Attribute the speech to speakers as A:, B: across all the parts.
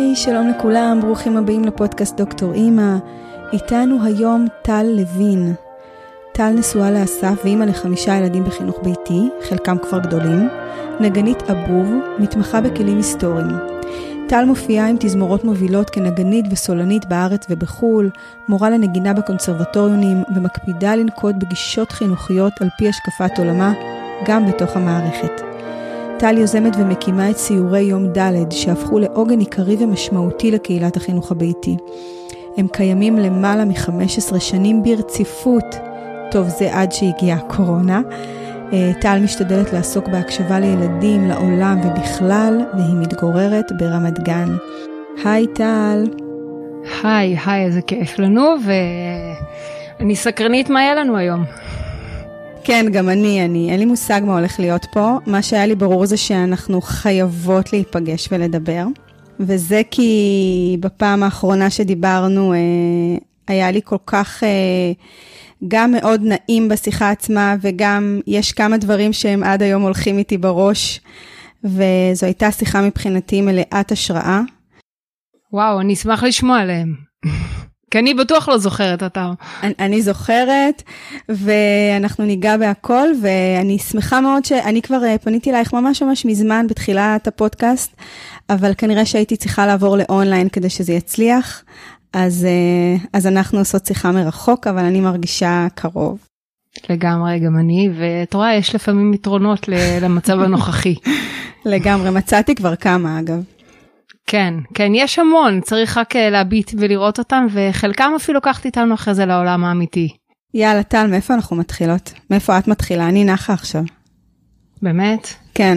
A: היי, שלום לכולם, ברוכים הבאים לפודקאסט דוקטור אימא. איתנו היום טל לוין. טל נשואה לאסף ואימא ל5 ילדים בחינוך ביתי, חלקם כבר גדולים, נגנית אבוב, מתמחה בכלים היסטוריים. טל מופיעה עם תזמורות מובילות כנגנית וסולנית בארץ ובחול, מורה לנגינה בקונסרבטוריונים ומקפידה לנקוט בגישות חינוכיות על פי השקפת עולמה, גם בתוך המערכת. טל יוזמת ומקימה את סיורי יום ד' שהפכו לעוגן עיקרי ומשמעותי לקהילת החינוך הביתי. הם קיימים למעלה מ-15 שנים ברציפות. טוב, זה עד שהגיעה הקורונה. טל משתדלת לעסוק בהקשבה לילדים, לעולם ובכלל, והיא מתגוררת ברמת גן. היי טל.
B: היי, איזה כיף לנו, ואני סקרנית מה יהיה לנו היום.
A: כן, גם אני, אין לי מושג מה הולך להיות פה. מה שהיה לי ברור זה שאנחנו חייבות להיפגש ולדבר. וזה כי בפעם האחרונה שדיברנו, היה לי כל כך גם מאוד נעים בשיחה עצמה, וגם יש כמה דברים שהם עד היום הולכים איתי בראש, וזו הייתה שיחה מבחינתי מלאת השראה.
B: וואו, אני אשמח לשמוע עליהם. כי אני בטוח לא זוכרת אותם.
A: אני זוכרת, ואנחנו ניגע בהכל, ואני שמחה מאוד שאני כבר פניתי אלייך ממש מזמן בתחילת הפודקאסט, אבל כנראה שהייתי צריכה לעבור לאונליין כדי שזה יצליח, אז אנחנו עושות שיחה מרחוק, אבל אני מרגישה קרוב.
B: לגמרי, גם אני, ואת רואה, יש לפעמים יתרונות למצב הנוכחי.
A: לגמרי, מצאתי כבר כמה אגב.
B: כן, יש המון, צריך רק להביט ולראות אותם, וחלקם אפילו לקחת איתנו אחרי זה לעולם האמיתי.
A: יאללה, טל, מאיפה אנחנו מתחילות? מאיפה את מתחילה? אני נחה עכשיו.
B: באמת?
A: כן.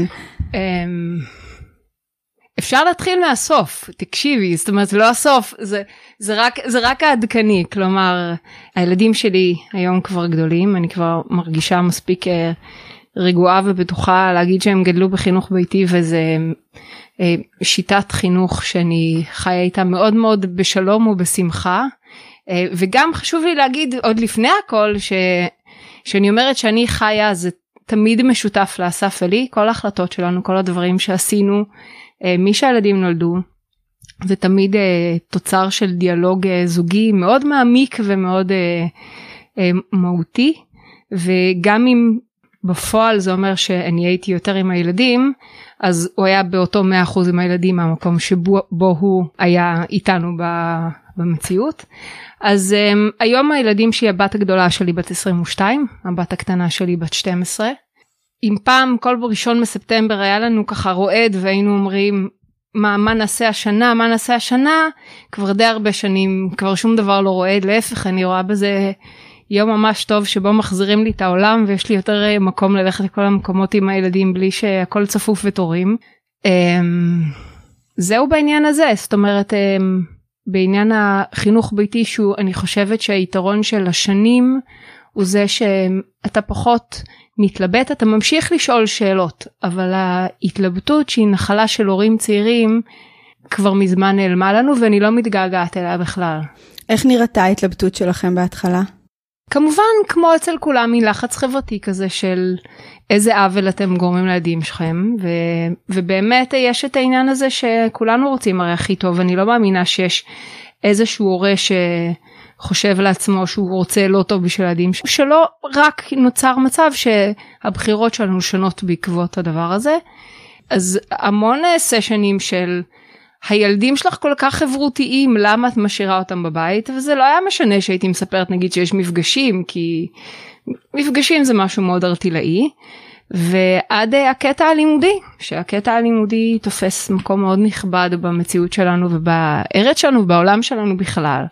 B: אפשר להתחיל מהסוף, תקשיבי, זאת אומרת, לא הסוף, זה רק העדכני, כלומר, הילדים שלי היום כבר גדולים, אני כבר מרגישה מספיק רגועה ובטוחה להגיד שהם גדלו בחינוך ביתי, וזה שיטת חינוך שאני חיה איתה מאוד מאוד בשלום ובשמחה, וגם חשוב לי להגיד עוד לפני הכל, שאני אומרת שאני חיה, זה תמיד משותף לאסף ולי, כל ההחלטות שלנו, כל הדברים שעשינו, מי שהילדים נולדו, זה תמיד תוצר של דיאלוג זוגי מאוד מעמיק ומאוד מהותי, וגם אם בפועל זה אומר שאני הייתי יותר עם הילדים, אז הוא היה באותו 100% עם הילדים מהמקום שבו הוא היה איתנו במציאות. אז היום הילדים שהיא הבת הגדולה שלי בת 22, הבת הקטנה שלי בת 12, אם פעם כל ראשון בספטמבר היה לנו ככה רועד והיינו אומרים מה נעשה השנה, כבר די הרבה שנים, כבר שום דבר לא רועד, להפך אני רואה בזה יום ממש טוב שבו מחזירים לי את העולם ויש לי יותר מקום ללכת לכל המקומות עם הילדים בלי שהכל צפוף ותורים. זהו בעניין הזה, זאת אומרת בעניין החינוך ביתי אני חושבת שהיתרון של השנים הוא זה שאתה פחות מתלבט, אתה ממשיך לשאול שאלות, אבל ההתלבטות שהיא נחלה של הורים צעירים כבר מזמן נעלמה לנו ואני לא מתגעגעת אליה בכלל.
A: איך נראתה ההתלבטות שלכם בהתחלה?
B: כמובן כמו אצל כולם מלחץ חברתי כזה של איזה עוול אתם גורמים לילדים שלכם, ובאמת יש את העניין הזה שכולנו רוצים הרי הכי טוב, אני לא מאמינה שיש איזשהו הורה שחושב לעצמו שהוא רוצה לא טוב בשביל הילדים, שלא רק נוצר מצב שהבחירות שלנו שונות בעקבות הדבר הזה, אז המון סשנים של הילדים שלך כל כך חברותיים, למה את משאירה אותם בבית? וזה לא היה משנה שהייתי מספרת נגיד שיש מפגשים, כי מפגשים זה משהו מאוד ארטילאי, ועד הקטע הלימודי, שהקטע הלימודי תופס מקום מאוד נכבד במציאות שלנו ובארץ שלנו ובעולם שלנו בכלל.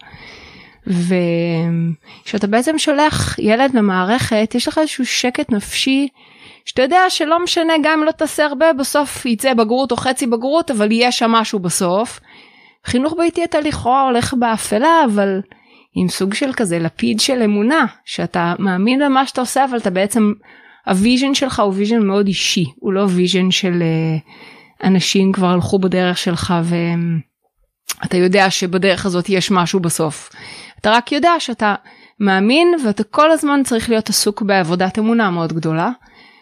B: ושאתה בעצם שולח ילד למערכת, יש לך איזשהו שקט נפשי, שאתה יודע שלא משנה גם אם לא תעשה הרבה, בסוף יצא בגרות או חצי בגרות, אבל יהיה שם משהו בסוף. חינוך ביתי אתה לכאורה הולך באפלה, אבל עם סוג של כזה לפיד של אמונה, שאתה מאמין במה שאתה עושה, אבל אתה בעצם, הוויז'ן שלך הוא ויז'ן מאוד אישי, הוא לא ויז'ן של אנשים כבר הלכו בדרך שלך, ואתה יודע שבדרך הזאת יש משהו בסוף. אתה רק יודע שאתה מאמין, ואתה כל הזמן צריך להיות עסוק בעבודת אמונה מאוד גדולה,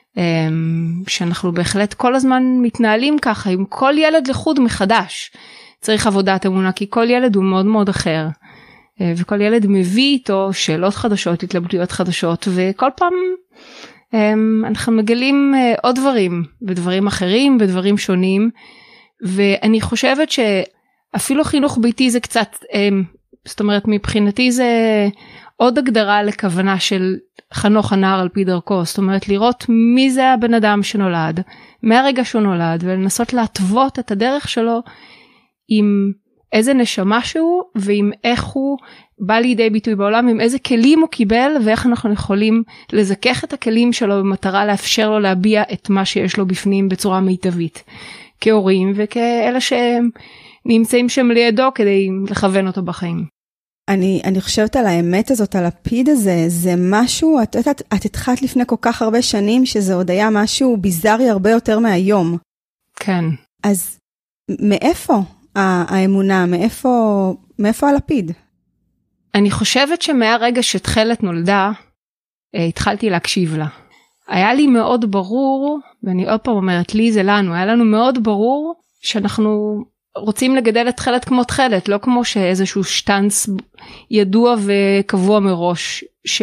B: שאנחנו בהחלט כל הזמן מתנהלים ככה, עם כל ילד לחוד מחדש. צריך עבודת אמונה, כי כל ילד הוא מאוד מאוד אחר. וכל ילד מביא איתו שאלות חדשות, התלבטויות חדשות, וכל פעם אנחנו מגלים עוד דברים, ודברים אחרים, ודברים שונים, ואני חושבת שאפילו חינוך ביתי זה קצת, זאת אומרת מבחינתי זה עוד הגדרה לכוונה של חנוך הנער על פי דרכו, זאת אומרת לראות מי זה הבן אדם שנולד, מהרגע שהוא נולד, ולנסות להתוות את הדרך שלו עם איזה נשמה שהוא, ועם איך הוא בא לידי ביטוי בעולם, עם איזה כלים הוא קיבל, ואיך אנחנו יכולים לזכך את הכלים שלו, במטרה לאפשר לו להביע את מה שיש לו בפנים בצורה מיטבית, כהורים וכאלה שנמצאים שם לידו, כדי לכוון אותו בחיים.
A: אני חושבת על האמת הזאת, על הפיד הזה, זה משהו, את התחלת לפני כל כך הרבה שנים, שזה עוד היה משהו ביזרי הרבה יותר מהיום.
B: כן.
A: אז מאיפה האמונה, מאיפה הלפיד?
B: אני חושבת שמהרגע שתכלת נולדה, התחלתי להקשיב לה. היה לי מאוד ברור, ואני עוד פעם אומרת לי זה לנו, היה לנו מאוד ברור שאנחנו רוצים לגדל את תכלת כמו תכלת, לא כמו שאיזשהו שטנץ ידוע וקבוע מראש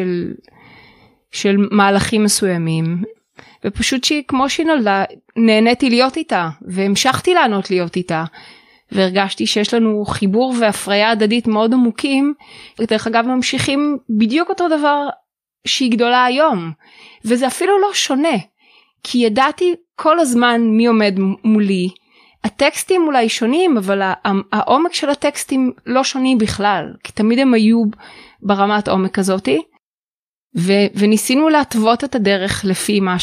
B: של מהלכים מסוימים. ופשוט כמו שהיא נולדה, נהניתי להיות איתה, והמשכתי לענות להיות איתה. והרגשתי שיש לנו חיבור והפריה הדדית מאוד עמוקים, ודרך אגב ממשיכים בדיוק אותו דבר שהיא גדולה היום, וזה אפילו לא שונה, כי ידעתי כל הזמן מי עומד מולי, הטקסטים אולי שונים, אבל העומק של הטקסטים לא שונים בכלל, כי תמיד הם היו ברמת עומק הזאתי, וניסינו להתוות את הדרך לפי מה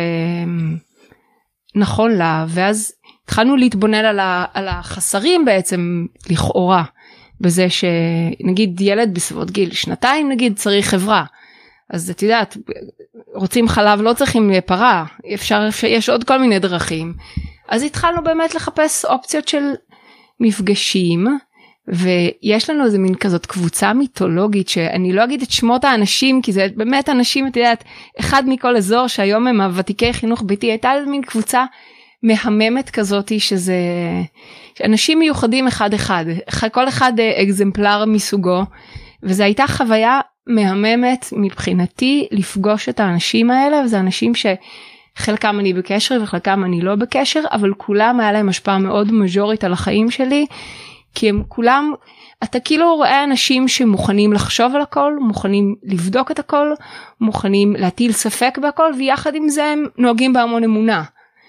B: שנכון לה, ואז התחלנו להתבונן על החסרים בעצם לכאורה, בזה שנגיד ילד בסביבות גיל 2 נגיד צריך חברה, אז את יודעת, רוצים חלב לא צריכים פרה, יש עוד כל מיני דרכים, אז התחלנו באמת לחפש אופציות של מפגשים, ויש לנו איזה מין כזאת קבוצה מיתולוגית, שאני לא אגיד את שמות האנשים, כי זה באמת אנשים, את יודעת, אחד מכל אזור שהיום הם הוותיקי חינוך ביתי, הייתה איזה מין קבוצה מהממת כזאת, שזה אנשים מיוחדים אחד אחד, כל אחד אקזמפלר מסוגו, וזו הייתה חוויה מהממת מבחינתי לפגוש את האנשים האלה, וזה אנשים שחלקם אני בקשר וחלקם אני לא בקשר, אבל כולם היה להם השפעה מאוד מז'ורית על החיים שלי, כי הם כולם, אתה כאילו רואה אנשים שמוכנים לחשוב על הכל, מוכנים לבדוק את הכל, מוכנים להטיל ספק בהכל, ויחד עם זה הם נוהגים בהמון אמונה,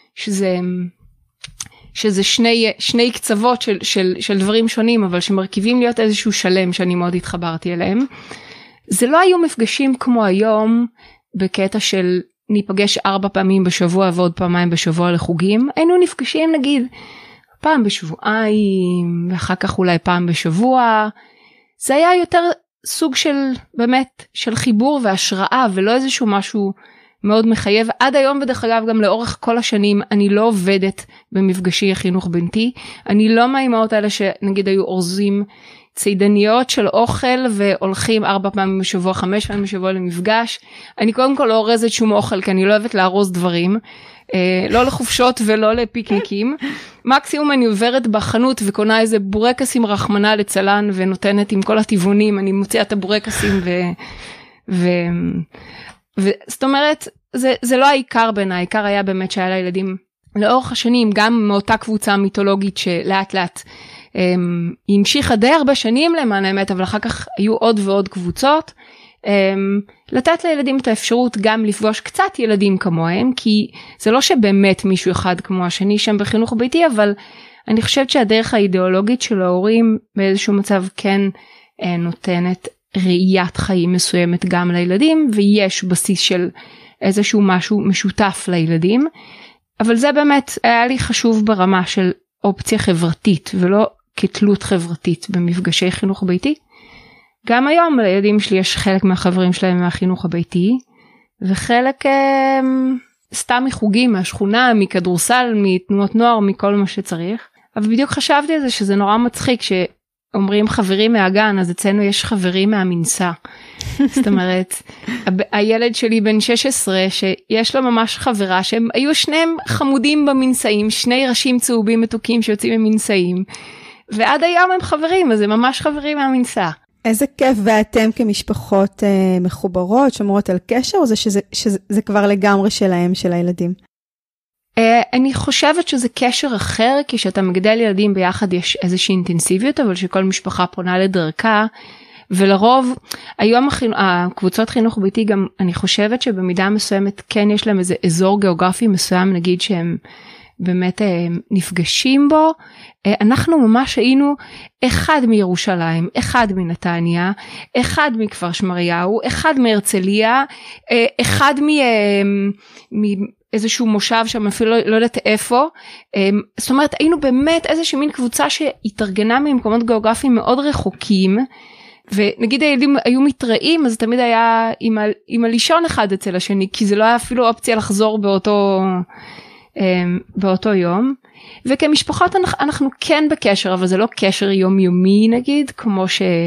B: שזה שני קצוות של דברים שונים, אבל שמרכיבים להיות איזשהו שלם שאני מאוד התחברתי אליהם. זה לא היו מפגשים כמו היום, בקטע של ניפגש 4 פעמים בשבוע ועוד פעמיים בשבוע לחוגים, היינו נפגשים נגיד פעם בשבועיים, ואחר כך אולי פעם בשבוע, זה היה יותר סוג של באמת של חיבור והשראה, ולא איזשהו משהו מאוד מחייב. עד היום ודרך אגב גם לאורך כל השנים אני לא עובדת במפגשי החינוך בנתי, אני לא מהאימהות האלה שנגיד היו אורזים צידניות של אוכל והולכים 4 פעמים בשבוע, 5 פעמים בשבוע למפגש. אני קודם כל לא אורזת שום אוכל, כי אני לא אוהבת לארוז דברים, לא לחופשות ולא לפיקניקים. מקסימום אני עוברת בחנות וקונה איזה בורקסים רחמנה לצלן ונותנת עם כל הטבעונים, אני מוציאה את הבורקסים זאת אומרת, זה לא העיקר בעיניי, העיקר היה באמת שהיה לילדים לאורך השנים, גם מאותה קבוצה מיתולוגית שלאט לאט היא המשיכה די הרבה שנים למען האמת, אבל אחר כך היו עוד ועוד קבוצות, לתת לילדים את האפשרות גם לפגוש קצת ילדים כמוהם, כי זה לא שבאמת מישהו אחד כמו השני שם בחינוך ביתי, אבל אני חושבת שהדרך האידיאולוגית של ההורים באיזשהו מצב כן נותנת ראיית חיים מסוימת גם לילדים, ויש בסיס של איזשהו משהו משותף לילדים, אבל זה באמת היה לי חשוב ברמה של אופציה חברתית, ולא כתלות חברתית במפגשי חינוך ביתי. גם היום לילדים שלי יש חלק מהחברים שלהם מהחינוך הביתי, וחלק סתם מחוגים, מהשכונה, מכדורסל, מתנועות נוער, מכל מה שצריך. אבל בדיוק חשבתי על זה שזה נורא מצחיק, שאומרים חברים מהגן, אז אצלנו יש חברים מהמנסה. זאת אומרת, הילד שלי בן 16, שיש לו ממש חברה, שהם היו שניהם חמודים במנסאים, 2 ראשים צהובים מתוקים שיוצאים ממנסאים,
A: ועד
B: היום הם חברים, אז הם ממש חברים מהמנסה.
A: איזה כיף, ואתם כמשפחות מחוברות, שומרות על קשר, או זה שזה כבר לגמרי שלהם, של הילדים?
B: אני חושבת שזה קשר אחר, כי כשאתה מגדל ילדים ביחד יש איזושהי אינטנסיביות, אבל שכל משפחה פונה לדרכה, ולרוב, היום הקבוצות חינוך ביתי גם, אני חושבת שבמידה מסוימת כן יש להם איזה אזור גיאוגרפי מסוים, נגיד שהם באמת נפגשים בו. אנחנו ממש היינו אחד מירושלים, אחד מנתניה, אחד מכפר שמריהו, אחד מהרצליה, אחד מאיזשהו מושב שם אפילו לא יודעת איפה. זאת אומרת, היינו באמת איזושהי מין קבוצה שהתארגנה ממקומות גיאוגרפיים מאוד רחוקים, ונגיד הילדים היו מתראים, אז תמיד היה עם הלישון אחד אצל השני, כי זה לא היה אפילו אופציה לחזור באותו יום. וכמשפחות אנחנו כן בקשר, אבל זה לא קשר יומיומי נגיד, כמו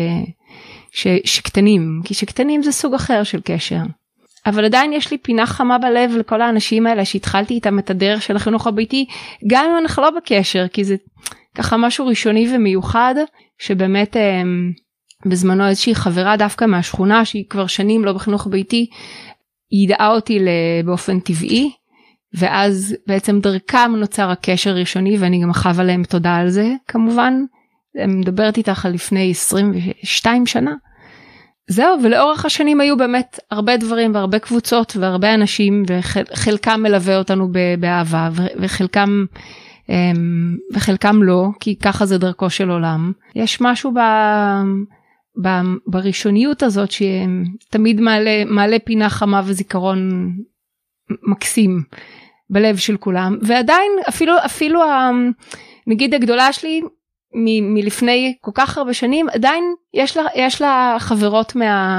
B: שקטנים, כי שקטנים זה סוג אחר של קשר. אבל עדיין יש לי פינה חמה בלב לכל האנשים האלה שהתחלתי איתם את הדרך של החינוך הביתי, גם אם אנחנו לא בקשר, כי זה ככה משהו ראשוני ומיוחד, שבאמת בזמנו איזושהי חברה דווקא מהשכונה, שהיא כבר שנים לא בחינוך ביתי, ידעה אותי באופן טבעי, ואז בעצם דרכם נוצר הקשר ראשוני, ואני גם חווה להם תודה על זה, כמובן. אני מדברת איתך על לפני 22 שנה. זהו, ולאורך השנים היו באמת הרבה דברים, והרבה קבוצות, והרבה אנשים, וחלקם מלווה אותנו באהבה, וחלקם לא, כי ככה זה דרכו של עולם. יש משהו בראשוניות הזאת, שתמיד מעלה פינה חמה וזיכרון מקסים בלב של כולם, ועדיין אפילו נגיד הגדולה שלי מלפני כל כך הרבה שנים, עדיין יש לה חברות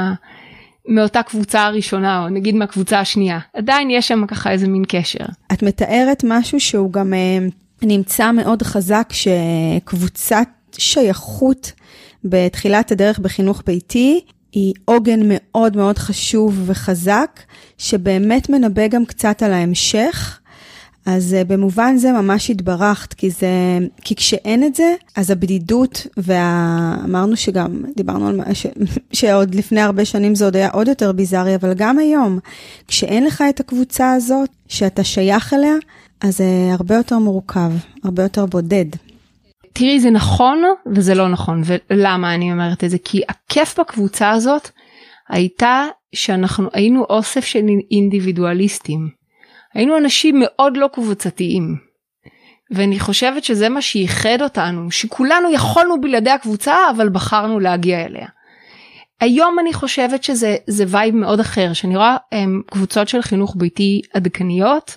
B: מאותה קבוצה הראשונה, או נגיד מהקבוצה השנייה, עדיין יש שם ככה איזה מין קשר.
A: את מתארת משהו שהוא גם נמצא מאוד חזק, שקבוצת שייכות בתחילת הדרך בחינוך ביתי, היא עוגן מאוד מאוד חשוב וחזק, שבאמת מנבא גם קצת על ההמשך, אז במובן זה ממש התברכת, כי כשאין את זה, אז הבדידות, ואמרנו שגם, דיברנו על שעוד לפני הרבה שנים זה עוד היה עוד יותר ביזארי, אבל גם היום, כשאין לך את הקבוצה הזאת, שאתה שייך אליה, אז זה הרבה יותר מורכב, הרבה יותר בודד.
B: תראי, זה נכון וזה לא נכון, ולמה אני אומרת את זה? כי הכיף בקבוצה הזאת הייתה שאנחנו היינו אוסף של אינדיבידואליסטים. היינו אנשים מאוד לא קבוצתיים. ואני חושבת שזה מה שייחד אותנו, שכולנו יכולנו בלעדי הקבוצה, אבל בחרנו להגיע אליה. היום אני חושבת שזה וייב מאוד אחר, שאני רואה קבוצות של חינוך ביתי עדכניות,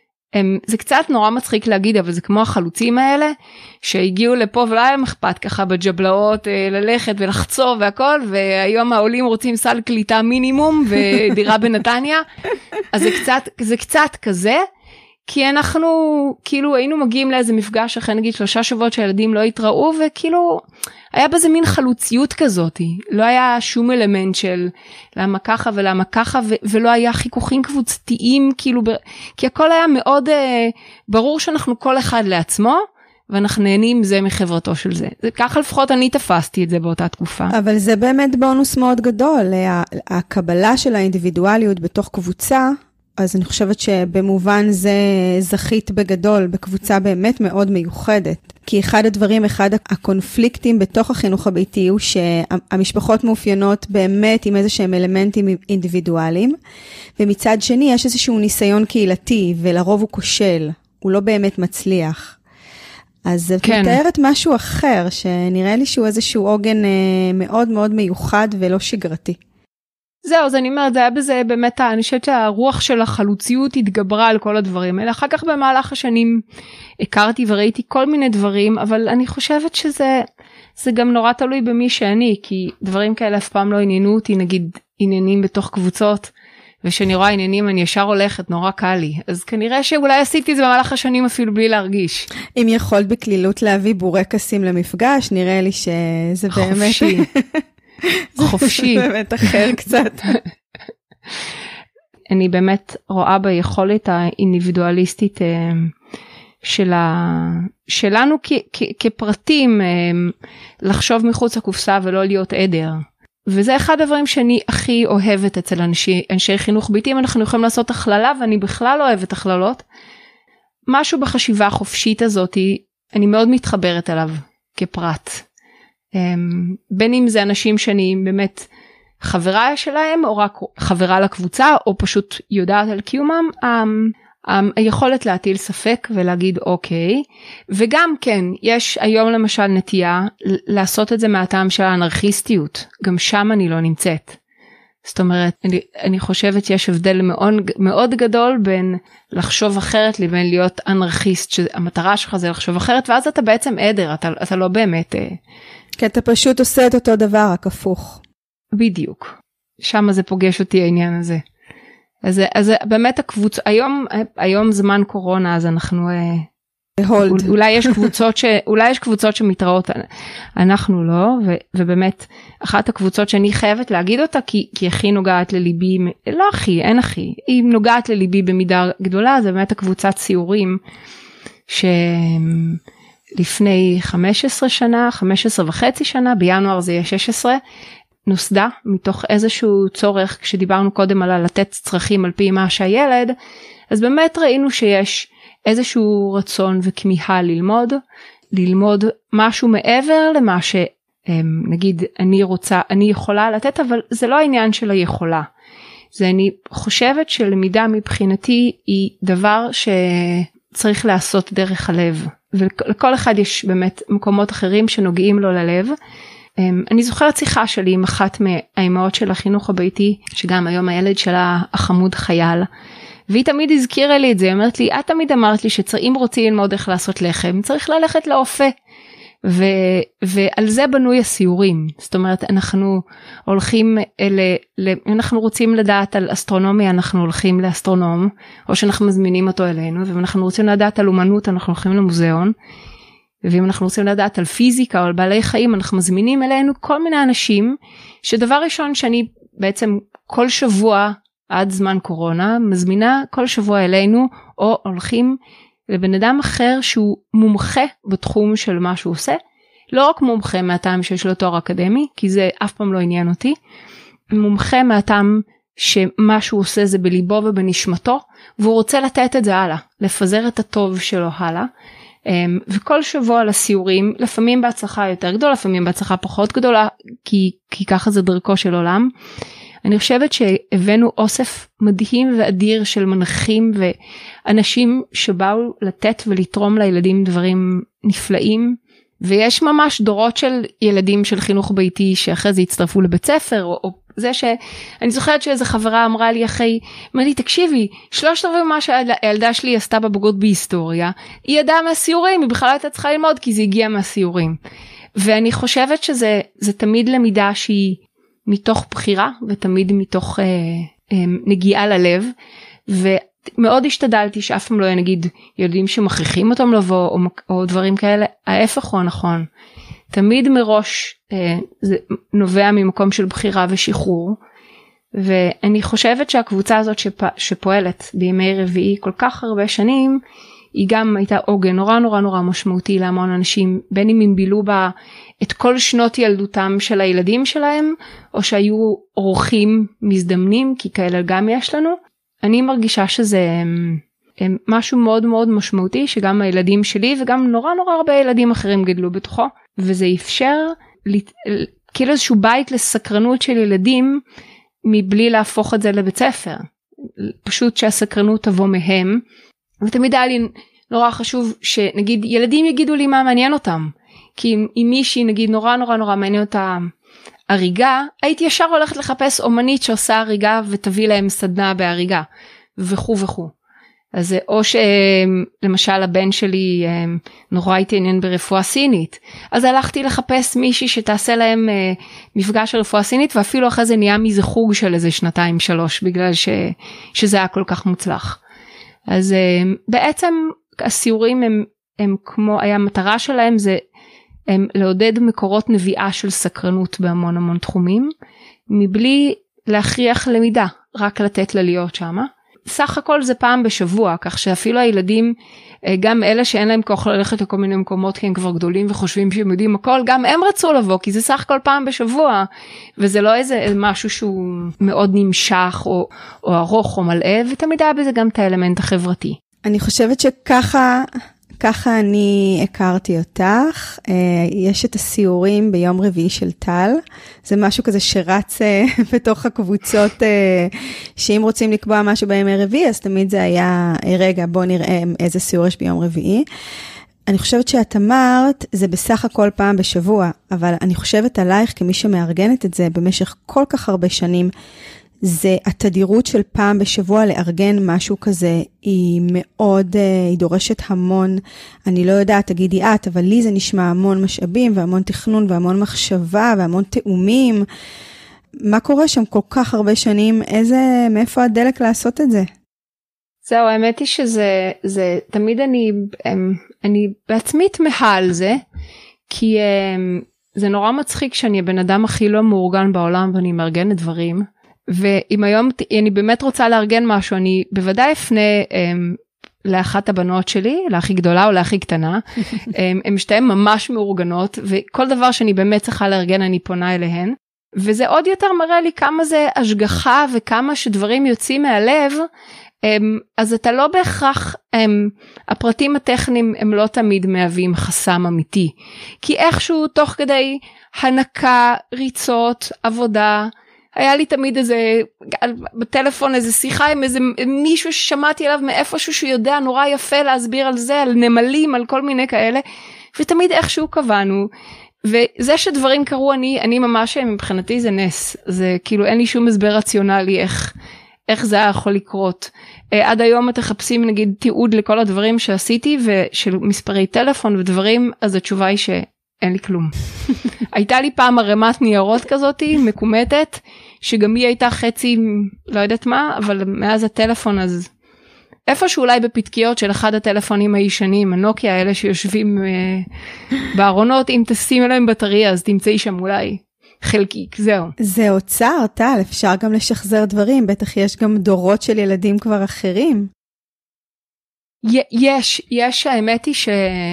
B: זה קצת נורא מצחיק להגיד, אבל זה כמו החלוצים האלה, שהגיעו לפה ולא היה להם אכפת ככה בג'בלאות ללכת ולחצוב והכל, והיום העולים רוצים סל קליטה מינימום ודירה בנתניה, אז זה קצת כזה, כי אנחנו כאילו היינו מגיעים לאיזה מפגש אחרי נגיד 3 שבועות שהילדים לא התראו, וכאילו היה בזה מין חלוציות כזאת, לא היה שום אלמנט של למה ככה ולמה ככה, ולא היה חיכוכים קבוצתיים, כאילו, כי הכל היה מאוד ברור שאנחנו כל אחד לעצמו, ואנחנו נהנים זה מחברתו של זה. ככה לפחות אני תפסתי את זה באותה תקופה.
A: אבל זה באמת בונוס מאוד גדול, הקבלה של האינדיבידואליות בתוך קבוצה, אז אני חושבת שבמובן זה זכית בגדול, בקבוצה באמת מאוד מיוחדת. כי אחד הקונפליקטים בתוך החינוך הביתי הוא שהמשפחות מאופיינות באמת עם איזה שהם אלמנטים אינדיבידואליים, ומצד שני יש איזשהו ניסיון קהילתי, ולרוב הוא כושל, הוא לא באמת מצליח. אז את מתארת משהו אחר, שנראה לי שהוא איזשהו עוגן מאוד מאוד מיוחד ולא שגרתי.
B: זהו, אז אני אומרת, זה היה בזה באמת, אני חושבת שהרוח של החלוציות התגברה על כל הדברים האלה. אחר כך במהלך השנים הכרתי וראיתי כל מיני דברים, אבל אני חושבת שזה גם נורא תלוי במי שאני, כי דברים כאלה אף פעם לא עניינו אותי, נגיד עניינים בתוך קבוצות, ושאני רואה עניינים אני ישר הולכת, נורא קל לי. אז כנראה שאולי עשיתי את זה במהלך השנים אפילו בלי להרגיש.
A: אם יכולת בכלילות להביא בורקסים למפגש, נראה לי שזה באמת...
B: חופשי. חופשי.
A: זה באמת אחר קצת.
B: אני באמת רואה ביכולת האינדיבידואליסטית שלנו כפרטים לחשוב מחוץ לקופסה ולא להיות עדר. וזה אחד הדברים שאני הכי אוהבת אצל אנשי חינוך ביתי. אם אנחנו יכולים לעשות הכללה, ואני בכלל לא אוהבת הכללות, משהו בחשיבה החופשית הזאת, אני מאוד מתחברת אליו כפרט. בין אם זה אנשים שאני באמת חברה שלהם, או רק חברה לקבוצה, או פשוט יודעת על קיומם, היכולת להטיל ספק ולהגיד אוקיי. וגם כן, יש היום למשל נטייה לעשות את זה מהטעם של האנרכיסטיות. גם שם אני לא נמצאת. זאת אומרת, אני חושבת שיש הבדל מאוד, מאוד גדול בין לחשוב אחרת לבין להיות אנרכיסט, שהמטרה שלך זה לחשוב אחרת, ואז אתה בעצם עדר, אתה לא באמת...
A: כי אתה פשוט עושה את אותו דבר, רק הפוך.
B: בדיוק. שם זה פוגש אותי העניין הזה. אז באמת הקבוצה, היום זמן קורונה, אז אנחנו... אולי יש קבוצות שמתראות, אנחנו לא, ובאמת אחת הקבוצות שאני חייבת להגיד אותה, כי הכי נוגעת לליבי, לא הכי, אין הכי, היא נוגעת לליבי במידה גדולה, זה באמת הקבוצת סיורים, שלפני 15 וחצי שנה, בינואר זה יהיה 16, נוסדה מתוך איזשהו צורך, כשדיברנו קודם על לתת צרכים על פי מה שהילד, אז באמת ראינו שיש איזשהו רצון וכמיהה ללמוד משהו מעבר למה שנגיד אני יכולה לתת, אבל זה לא העניין של היכולה. זה אני חושבת שלמידה מבחינתי היא דבר שצריך לעשות דרך הלב, ולכל אחד יש באמת מקומות אחרים שנוגעים לו ללב. אני זוכרת שיחה שלי עם אחת מהאימהות של החינוך הביתי, שגם היום הילד שלה החמוד חייל, והיא תמיד הזכירה לי את זה, היא אומרת לי, את תמיד אמרת לי שאם רוצים ללמוד איך לעשות לחם, צריך ללכת לאופה. ועל זה בנוי הסיורים. זאת אומרת, אנחנו הולכים, אנחנו רוצים לדעת על אסטרונומיה, אנחנו הולכים לאסטרונום, או שאנחנו מזמינים אותו אלינו, ואם אנחנו רוצים לדעת על אומנות, אנחנו הולכים למוזיאון, ואם אנחנו רוצים לדעת על פיזיקה או על בעלי חיים, אנחנו מזמינים אלינו כל מיני אנשים, שדבר ראשון שאני בעצם כל שבוע, עד זמן קורונה, מזמינה כל שבוע אלינו, או הולכים לבן אדם אחר שהוא מומחה בתחום של מה שהוא עושה, לא רק מומחה מהטעם שיש לו תואר אקדמי, כי זה אף פעם לא עניין אותי, מומחה מהטעם שמה שהוא עושה זה בליבו ובנשמתו, והוא רוצה לתת את זה הלאה, לפזר את הטוב שלו הלאה, וכל שבוע לסיורים, לפעמים בהצלחה יותר גדולה, לפעמים בהצלחה פחות גדולה, כי ככה זה דרכו של עולם. אני חושבת שהבאנו אוסף מדהים ואדיר של מנחים ואנשים שבאו לתת ולתרום לילדים דברים נפלאים, ויש ממש דורות של ילדים של חינוך ביתי שאחרי זה הצטרפו לבית ספר, או זה שאני זוכרת שאיזו חברה אמרה לי אחרי, אמרה לי תקשיבי, 3/4 מה שהילדה שלי עשתה בבגרות בהיסטוריה, היא ידעה מהסיורים, היא בכלל הייתה צריכה ללמוד כי זה הגיע מהסיורים. ואני חושבת שזה תמיד למידה שהיא מתוך בחירה ותמיד מתוך נגיעה ללב, ומאוד השתדלתי שאף פעם לא היה נגיד ילדים שמכריחים אותם לבוא או דברים כאלה, ההפך הוא הנכון. תמיד מראש זה נובע ממקום של בחירה ושחרור, ואני חושבת שהקבוצה הזאת שפועלת בימי רביעי כל כך הרבה שנים, היא גם הייתה עוגן נורא נורא נורא משמעותי להמון אנשים, בין אם הם בילו בה את כל שנות ילדותם של הילדים שלהם, או שהיו אורחים מזדמנים, כי כאלה גם יש לנו. אני מרגישה שזה משהו מאוד מאוד משמעותי, שגם הילדים שלי וגם נורא נורא הרבה ילדים אחרים גדלו בתוכו, וזה אפשר כאילו איזשהו בית לסקרנות של ילדים, מבלי להפוך את זה לבית ספר. פשוט שהסקרנות תבוא מהם, ותמיד היה לי נורא חשוב שנגיד ילדים יגידו לי מה מעניין אותם, כי אם מישהי נגיד נורא נורא נורא מעניין אותם הריגה, הייתי ישר הולכת לחפש אומנית שעושה הריגה ותביא להם סדנה בהריגה וכו' וכו'. אז או שלמשל הבן שלי נורא התעניין ברפואה סינית, אז הלכתי לחפש מישהי שתעשה להם מפגש של רפואה סינית, ואפילו אחרי זה נהיה מזה חוג של איזה 2-3 בגלל שזה היה כל כך מוצלח. אז בעצם הסיורים הם כמו, המטרה שלהם זה לעודד מקורות נביאה של סקרנות בהמון המון תחומים, מבלי להכריח למידה, רק לתת לה להיות שמה. סך הכל זה פעם בשבוע, כך שאפילו הילדים, גם אלה שאין להם כוח ללכת לכל מיני מקומות כי הם כבר גדולים וחושבים שהם יודעים הכל, גם הם רצו לבוא, כי זה סך הכל פעם בשבוע, וזה לא איזה משהו שהוא מאוד נמשך או ארוך או מלא, ותמיד היה בזה גם את האלמנט החברתי.
A: אני חושבת שככה אני הכרתי אותך. יש את הסיורים ביום רביעי של טל, זה משהו כזה שרץ בתוך הקבוצות, שאם רוצים לקבוע משהו בימי רביעי, אז תמיד זה היה, רגע, בוא נראה איזה סיור יש ביום רביעי. אני חושבת שאת אמרת, זה בסך הכל פעם בשבוע, אבל אני חושבת עלייך כמי שמארגנת את זה במשך כל כך הרבה שנים, זה התדירות של פעם בשבוע לארגן משהו כזה, היא מאוד, היא דורשת המון, אני לא יודעת, תגידי את, אבל לי זה נשמע המון משאבים, והמון תכנון, והמון מחשבה, והמון תאומים. מה קורה שם כל כך הרבה שנים? מאיפה הדלק לעשות את זה?
B: זהו, האמת היא שזה, תמיד אני בעצמי תמהה על זה, כי זה נורא מצחיק שאני הבן אדם הכי לא מאורגן בעולם, ואני מארגנת דברים, ואם היום אני באמת רוצה לארגן משהו, אני בוודאי אפנה לאחת הבנות שלי, להכי גדולה או להכי קטנה, הן שתיהן ממש מאורגנות, וכל דבר שאני באמת צריכה לארגן אני פונה אליהן, וזה עוד יותר מראה לי כמה זה השגחה, וכמה שדברים יוצאים מהלב, אז אתה לא בהכרח, הפרטים הטכניים הם לא תמיד מהווים חסם אמיתי, כי איכשהו תוך כדי הנקה, ריצות, עבודה, היה לי תמיד בטלפון איזה שיחה עם איזה מישהו ששמעתי עליו מאיפשהו שהוא יודע נורא יפה להסביר על זה, על נמלים, על כל מיני כאלה, ותמיד איכשהו קבענו, וזה שדברים קרו אני ממש מבחינתי זה נס, זה כאילו אין לי שום הסבר רציונלי איך זה היה יכול לקרות. עד היום אתם חפשים נגיד תיעוד לכל הדברים שעשיתי, ושל מספרי טלפון ודברים, אז התשובה היא אין לי כלום. הייתה לי פעם הרמת ניירות כזאת, מקומטת, שגם היא הייתה חצי, לא יודעת מה, אבל מאז הטלפון אז, איפשהו אולי בפתקיות של אחד הטלפונים הישנים, הנוקיה האלה שיושבים בארונות, אם תשים אליהם בטריה, אז תמצאי שם אולי חלקיק, זהו.
A: זה אוצר, טל, אפשר גם לשחזר דברים, בטח יש גם דורות של ילדים כבר אחרים.
B: יש, האמת היא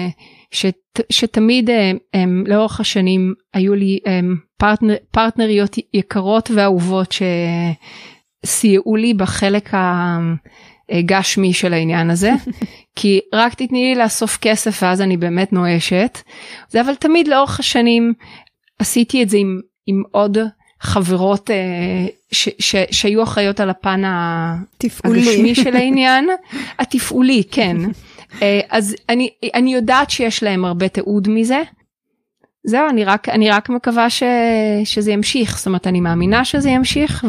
B: שתמיד לאורך השנים היו לי פרטנריות יקרות ואהובות שסייעו לי בחלק הגשמי של העניין הזה, כי רק תתני לי לאסוף כסף ואז אני באמת נואשת, אבל תמיד לאורך השנים עשיתי את זה עם עוד חברות שהיו אחראיות על הפן הגשמי של העניין, התפעולי, כן. אז אני יודעת שיש להם הרבה תיעוד מזה, זהו, אני רק מקווה שזה ימשיך, זאת אומרת אני מאמינה שזה ימשיך,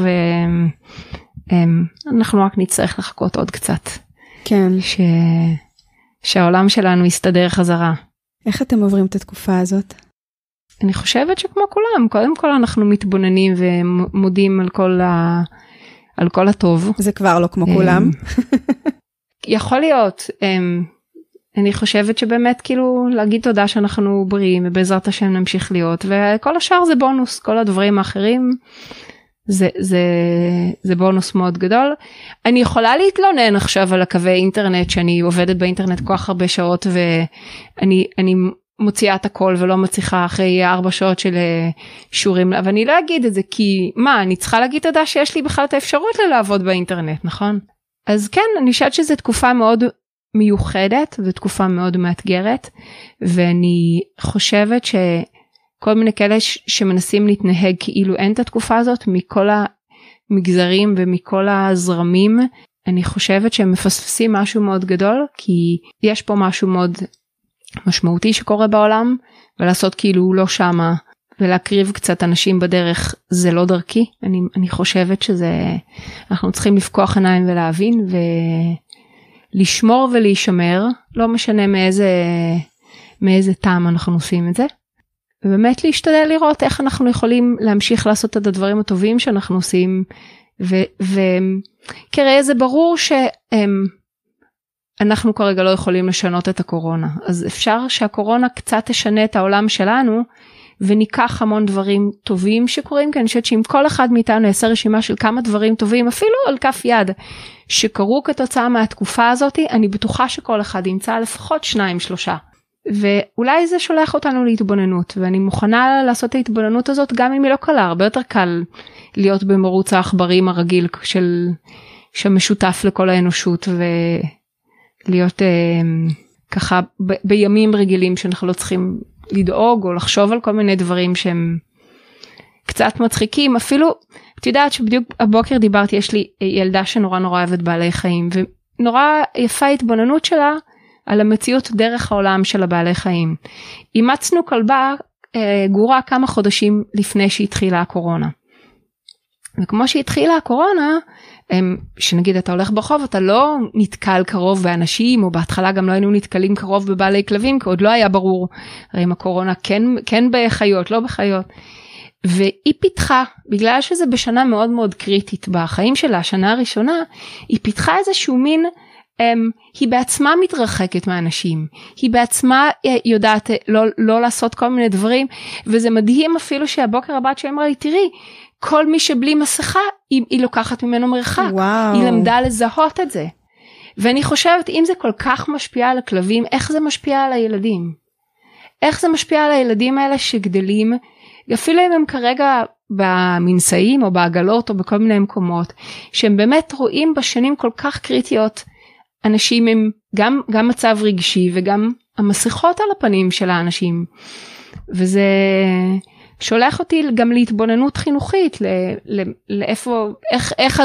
B: ואנחנו רק נצטרך לחכות עוד קצת.
A: כן.
B: שהעולם שלנו יסתדר חזרה.
A: איך אתם עוברים את התקופה הזאת?
B: אני חושבת שכמו כולם, קודם כל אנחנו מתבוננים ומודים על כל הטוב.
A: זה כבר לא כמו כולם.
B: יכול להיות, אני חושבת שבאמת כאילו להגיד תודה שאנחנו בריאים ובעזרת השם נמשיך להיות, וכל השאר זה בונוס, כל הדברים האחרים זה בונוס מאוד גדול. אני יכולה להתלונן עכשיו על הקווי אינטרנט, שאני עובדת באינטרנט כל כך הרבה שעות, ואני מוציאה את הכל ולא מצליחה אחרי 4 שעות של שיעורים, אבל אני לא אגיד את זה, כי מה, אני צריכה להגיד תודה שיש לי בכלל את האפשרות לעבוד באינטרנט, נכון? אז כן, אני חושבת שזו תקופה מאוד מיוחדת, ותקופה מאוד מאתגרת, ואני חושבת שכל מיני כאלה שמנסים להתנהג כאילו אין את התקופה הזאת, מכל המגזרים ומכל הזרמים, אני חושבת שהם מפספסים משהו מאוד גדול, כי יש פה משהו מאוד משמעותי שקורה בעולם, ולעשות כאילו לא שמה, ולהקריב קצת אנשים בדרך, זה לא דרכי. אני חושבת אנחנו צריכים לפקוח עיניים ולהבין, ולשמור ולהישמר, לא משנה מאיזה טעם אנחנו עושים את זה, ובאמת להשתדל לראות איך אנחנו יכולים להמשיך לעשות את הדברים הטובים שאנחנו עושים, וכראה זה ברור אנחנו כרגע לא יכולים לשנות את הקורונה, אז אפשר שהקורונה קצת תשנה את העולם שלנו, וניקח המון דברים טובים שקורים, כי אני חושבת שאם כל אחד מאיתנו יעשה רשימה של כמה דברים טובים, אפילו על כף יד, שקרו כתוצאה מהתקופה הזאת, אני בטוחה שכל אחד ימצא לפחות 2-3. ואולי זה שולח אותנו להתבוננות, ואני מוכנה לעשות את ההתבוננות הזאת גם אם היא לא קלה, הרבה יותר קל להיות במרוץ העכברים הרגיל שמשותף לכל האנושות, ולהיות ככה בימים רגילים שאנחנו לא צריכים לדאוג או לחשוב על כל מיני דברים שהם קצת מצחיקים. אפילו, את יודעת שבדיוק הבוקר דיברתי, יש לי ילדה שנורא אוהבת בעלי חיים, ונורא יפה ההתבוננות שלה על המציאות דרך העולם של הבעלי חיים. אימצנו כלבה גורה כמה חודשים לפני שהתחילה הקורונה. וכמו שהתחילה הקורונה, שנגיד אתה הולך ברחוב, אתה לא נתקל קרוב באנשים, או בהתחלה גם לא היינו נתקלים קרוב בבעלי כלבים, כי עוד לא היה ברור, הרי עם הקורונה כן בחיות, לא בחיות. והיא פיתחה, בגלל שזה בשנה מאוד מאוד קריטית בחיים שלה, השנה הראשונה, היא פיתחה איזשהו מין, היא בעצמה מתרחקת מהאנשים, היא בעצמה יודעת לא לעשות כל מיני דברים, וזה מדהים אפילו שהבוקר הבת שאמרה לי, תראי, כל מי שבלי מסכה, היא לוקחת ממנו מרחק.
A: וואו.
B: היא למדה לזהות את זה. ואני חושבת, אם זה כל כך משפיע על הכלבים, איך זה משפיע על הילדים? איך זה משפיע על הילדים האלה שגדלים, אפילו אם הם כרגע במנסאים או בעגלות או בכל מיני מקומות, שהם באמת רואים בשנים כל כך קריטיות, אנשים עם גם מצב רגשי וגם המסכות על הפנים של האנשים. וזה שולח אותי גם להתבוננות חינוכית, לאיפה, איך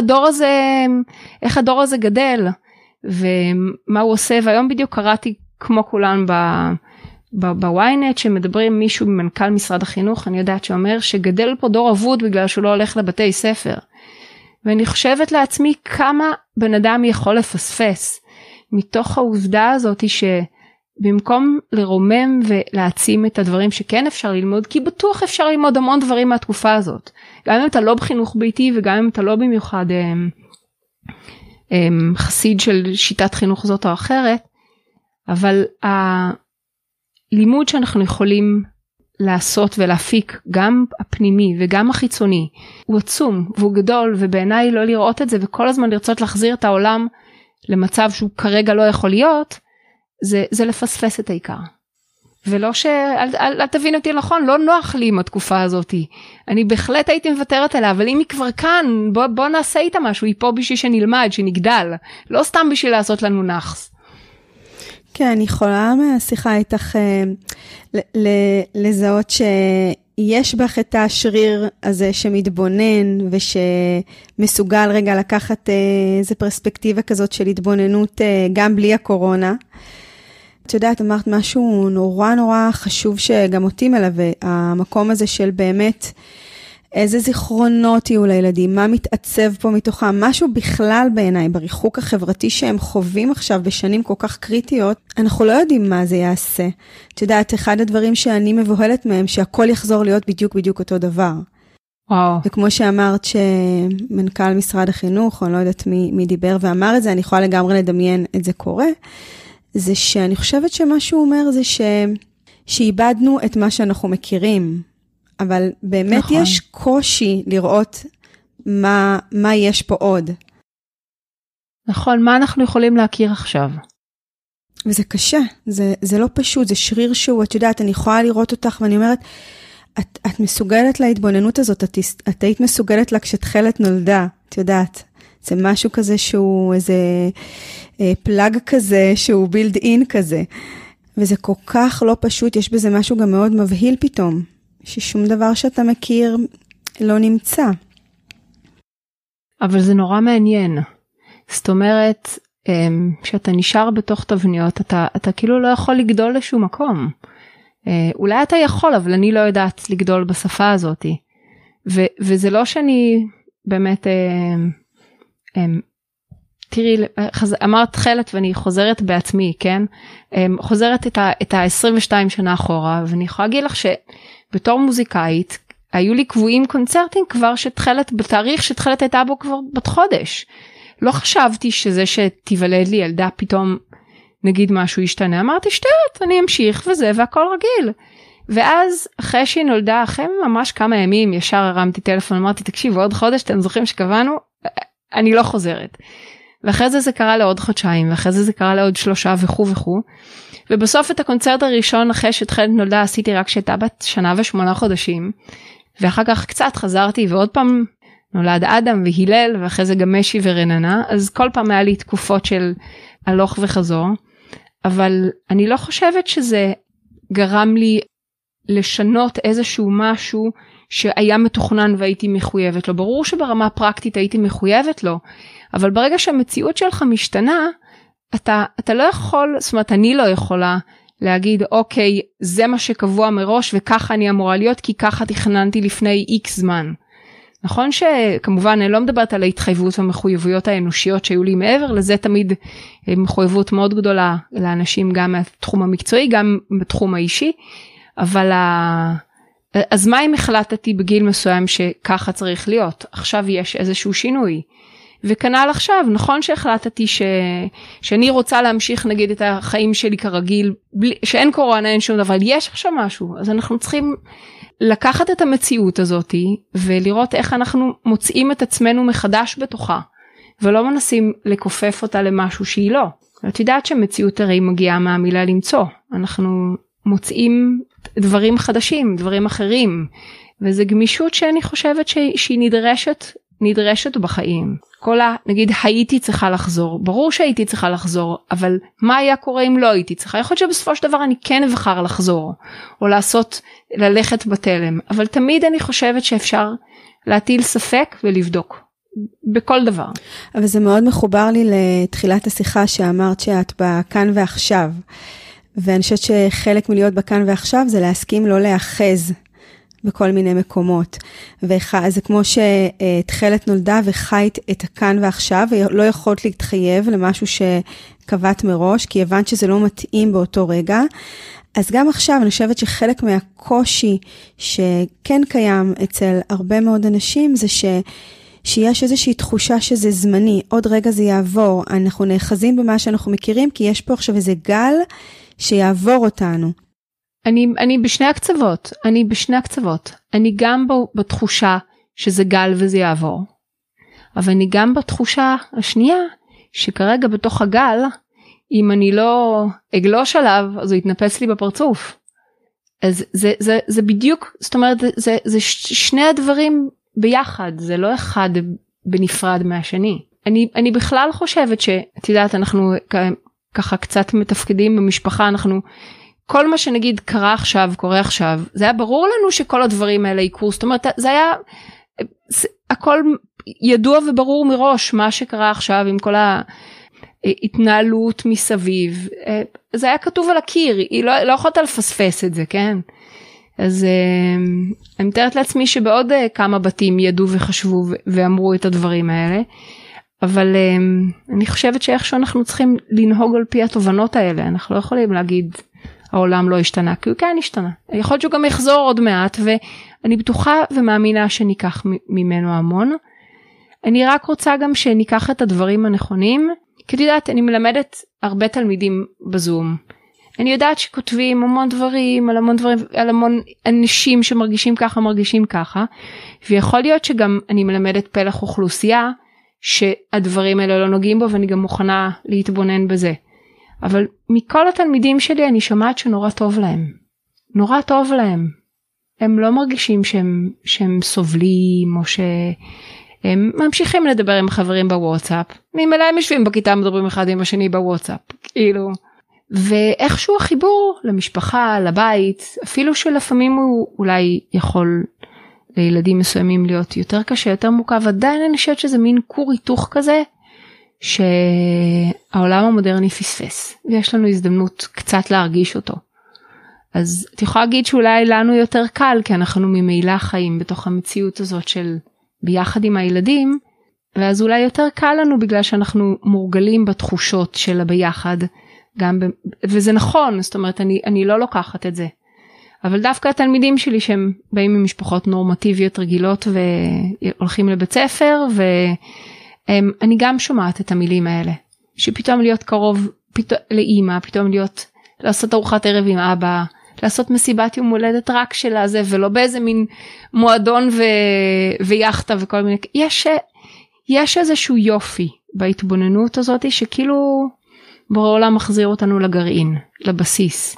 B: הדור הזה גדל, ומה הוא עושה. והיום בדיוק קראתי כמו כולן בוויינט, שמדברים מישהו ממנכ"ל משרד החינוך, אני יודעת שאומר שגדל פה דור אבוד בגלל שהוא לא הולך לבתי ספר. ואני חושבת לעצמי כמה בן אדם יכול לפספס, מתוך העובדה הזאת שבמקום לרומם ולהעצים את הדברים שכן אפשר ללמוד, כי בטוח אפשר ללמוד המון דברים מהתקופה הזאת, גם אם אתה לא בחינוך ביתי וגם אם אתה לא במיוחד חסיד של שיטת חינוך זאת או אחרת, אבל הלימוד שאנחנו יכולים לעשות ולהפיק, גם הפנימי וגם החיצוני, הוא עצום והוא גדול, ובעיניי לא לראות את זה וכל הזמן לרצות להחזיר את העולם למצב שהוא כרגע לא יכול להיות, זה לפספס את העיקר. ולא אל תבין אותי נכון, לא נוח לי עם התקופה הזאת. אני בהחלט הייתי מוותרת עליה, אבל אם היא כבר כאן, בוא נעשה איתה משהו, היא פה בשביל שנלמד, שנגדל, לא סתם בשביל לעשות לנו נחס.
A: כן, אני יכולה מהשיחה איתך לזהות שיש בך את השריר הזה שמתבונן ושמסוגל רגע לקחת איזו פרספקטיבה כזאת של התבוננות גם בלי הקורונה. את יודעת, אמרת משהו נורא חשוב שגם אותי מלווה, המקום הזה של באמת איזה זיכרונות יהיו לילדים, מה מתעצב פה מתוכם, משהו בכלל בעיניי, בריחוק החברתי שהם חווים עכשיו בשנים כל כך קריטיות, אנחנו לא יודעים מה זה יעשה. את יודעת, אחד הדברים שאני מבוהלת מהם, שהכל יחזור להיות בדיוק אותו דבר.
B: וואו.
A: וכמו שאמרת שמנכ"ל משרד החינוך, או אני לא יודעת מי דיבר ואמר את זה, אני יכולה לגמרי לדמיין את זה קורה, זה שאני חושבת שמה שהוא אומר זה שאיבדנו את מה שאנחנו מכירים, אבל באמת נכון. יש קושי לראות מה יש פה עוד.
B: נכון, מה אנחנו יכולים להכיר עכשיו?
A: וזה קשה, זה לא פשוט, זה שריר שהוא, את יודעת, אני יכולה לראות אותך ואני אומרת, את מסוגלת להתבוננות הזאת, את היית מסוגלת לה כשתחלת נולדה, את יודעת, זה משהו כזה שהוא איזה פלאג כזה, שהוא בילד אין כזה, וזה כל כך לא פשוט, יש בזה משהו גם מאוד מבהיל פתאום, ששום דבר שאתה מכיר לא נמצא. אבל
B: זה נורא מעניין. זאת אומרת, שאתה נשאר בתוך תבניות, אתה כאילו לא יכול לגדול לשום מקום. אולי אתה יכול, אבל אני לא יודעת לגדול בשפה הזאת. וזה לא שאני באמת, תראי, אמרת תחלת ואני חוזרת בעצמי, כן? חוזרת את ה-22 שנה אחורה, ואני יכולה להגיד לך שבתור מוזיקאית, היו לי קבועים קונצרטים כבר בתאריך שתחלת הייתה בו כבר בת חודש. לא חשבתי שזה שתיוולד לי ילדה פתאום נגיד משהו ישתנה, אמרתי שטרת, אני אמשיך וזה והכל רגיל. ואז אחרי שהיא נולדה, אחרי ממש כמה ימים, ישר הרמתי טלפון, אמרתי, תקשיב, עוד חודש, אתם זוכרים שקבענו? אני לא חוזרת. ואחרי זה קרה לעוד חודשיים, ואחרי זה קרה לעוד 3 וכו' וכו'. ובסוף את הקונצרט הראשון, אחרי שתחילת נולדה, עשיתי רק שהייתה בת 1 ו8 חודשים, ואחר כך קצת חזרתי, ועוד פעם נולד אדם והילל, ואחרי זה גם משי ורננה, אז כל פעם היה לי תקופות של הלוך וחזור, אבל אני לא חושבת שזה גרם לי לשנות איזשהו משהו שהיה מתוכנן והייתי מחויבת לו. ברור שברמה הפרקטית הייתי מחויבת לו, אבל ברגע שהמציאות שלך משתנה, אתה לא יכול, זאת אומרת אני לא יכולה להגיד אוקיי זה מה שקבוע מראש וככה אני אמורה להיות כי ככה תכננתי לפני איקס זמן. נכון שכמובן אני לא מדברת על ההתחייבות והמחויבויות האנושיות שהיו לי מעבר לזה, תמיד מחויבות מאוד גדולה לאנשים גם מהתחום המקצועי גם בתחום האישי, אבל אז מה אם החלטתי בגיל מסוים שככה צריך להיות? עכשיו יש איזשהו שינוי. וכנ"ל עכשיו, נכון שהחלטתי שאני רוצה להמשיך נגיד את החיים שלי כרגיל, שאין קורונה, אין שום דבר, יש עכשיו משהו, אז אנחנו צריכים לקחת את המציאות הזאת ולראות איך אנחנו מוצאים את עצמנו מחדש בתוכה, ולא מנסים לקופף אותה למשהו שהיא לא. את יודעת שמציאות הרי מגיעה מהמילה למצוא, אנחנו מוצאים דברים חדשים, דברים אחרים, וזה גמישות שאני חושבת שהיא נדרשת בחיים. נגיד הייתי צריכה לחזור, ברור שהייתי צריכה לחזור, אבל מה היה קורה אם לא הייתי צריכה? יכול להיות שבסופו של דבר אני כן אבחר לחזור, או ללכת בתלם, אבל תמיד אני חושבת שאפשר להטיל ספק ולבדוק, בכל דבר.
A: אבל זה מאוד מחובר לי לתחילת השיחה שאמרת שאת בכאן ועכשיו, ואני חושבת שחלק מלהיות בכאן ועכשיו זה להסכים לא להאחז בכל מיני מקומות. זה כמו שתחילת נולדה וחיית את הכאן ועכשיו, ולא יכולת להתחייב למשהו שקבעת מראש, כי הבנת שזה לא מתאים באותו רגע. אז גם עכשיו אני חושבת שחלק מהקושי שכן קיים אצל הרבה מאוד אנשים, זה שיש איזושהי תחושה שזה זמני, עוד רגע זה יעבור, אנחנו נאחזים במה שאנחנו מכירים, כי יש פה עכשיו איזה גל שיעבור אותנו.
B: אני בשני הקצוות, אני גם בתחושה שזה גל וזה יעבור, אבל אני גם בתחושה השנייה, שכרגע בתוך הגל, אם אני לא אגלוש עליו, אז הוא יתנפץ לי בפרצוף. אז זה בדיוק, זאת אומרת, זה שני הדברים ביחד, זה לא אחד בנפרד מהשני. אני בכלל חושבת שאת יודעת, אנחנו ככה קצת מתפקדים במשפחה, כל מה שנגיד קורה עכשיו, זה היה ברור לנו שכל הדברים האלה יקרו, זאת אומרת, זה היה, הכל ידוע וברור מראש, מה שקרה עכשיו עם כל ההתנהלות מסביב, זה היה כתוב על הקיר, היא לא יכולת לפספס את זה, כן? אז אני מתארת לעצמי שבעוד כמה בתים ידעו וחשבו ואמרו את הדברים האלה, אבל אני חושבת שאיכשהו אנחנו צריכים לנהוג על פי התובנות האלה, אנחנו לא יכולים להגיד, העולם לא השתנה, כי הוא כן השתנה. יכול להיות שהוא גם יחזור עוד מעט, ואני בטוחה ומאמינה שניקח ממנו המון. אני רק רוצה גם שניקח את הדברים הנכונים, כי את יודעת, אני מלמדת הרבה תלמידים בזום. אני יודעת שכותבים המון דברים, על המון אנשים שמרגישים ככה, ויכול להיות שגם אני מלמדת פלח אוכלוסייה, שהדברים האלה לא נוגעים בו, ואני גם מוכנה להתבונן בזה. אבל מכל התלמידים שלי אני שומעת שנורא טוב להם. נורא טוב להם. הם לא מרגישים שהם סובלים, או שהם ממשיכים לדבר עם חברים בוואטסאפ. ממילא הם יושבים בכיתה מדברים אחד עם השני בוואטסאפ. כאילו. ואיכשהו החיבור למשפחה, לבית, אפילו שלפעמים הוא אולי יכול לילדים מסוימים להיות יותר קשה, יותר מורכב, עדיין אני חושבת שזה מין כור היתוך כזה, שהעולם המודרני פספס, ויש לנו הזדמנות קצת להרגיש אותו. אז את יכולה להגיד שאולי לנו יותר קל, כי אנחנו ממילא חיים בתוך המציאות הזאת של ביחד עם הילדים, ואז אולי יותר קל לנו בגלל שאנחנו מורגלים בתחושות של הביחד, וזה נכון, זאת אומרת אני לא לוקחת את זה. אבל דווקא התלמידים שלי שהם באים ממשפחות נורמטיביות רגילות והולכים לבית ספר, אני גם שומעת את המילים האלה, שפתאום להיות קרוב לאמא, פתאום לעשות ארוחת ערב עם אבא, לעשות מסיבת יום הולדת רק שלה זה, ולא באיזה מין מועדון ויחטה וכל מיני, יש איזשהו יופי בהתבוננות הזאת, שכאילו בורא עולם מחזיר אותנו לגרעין, לבסיס,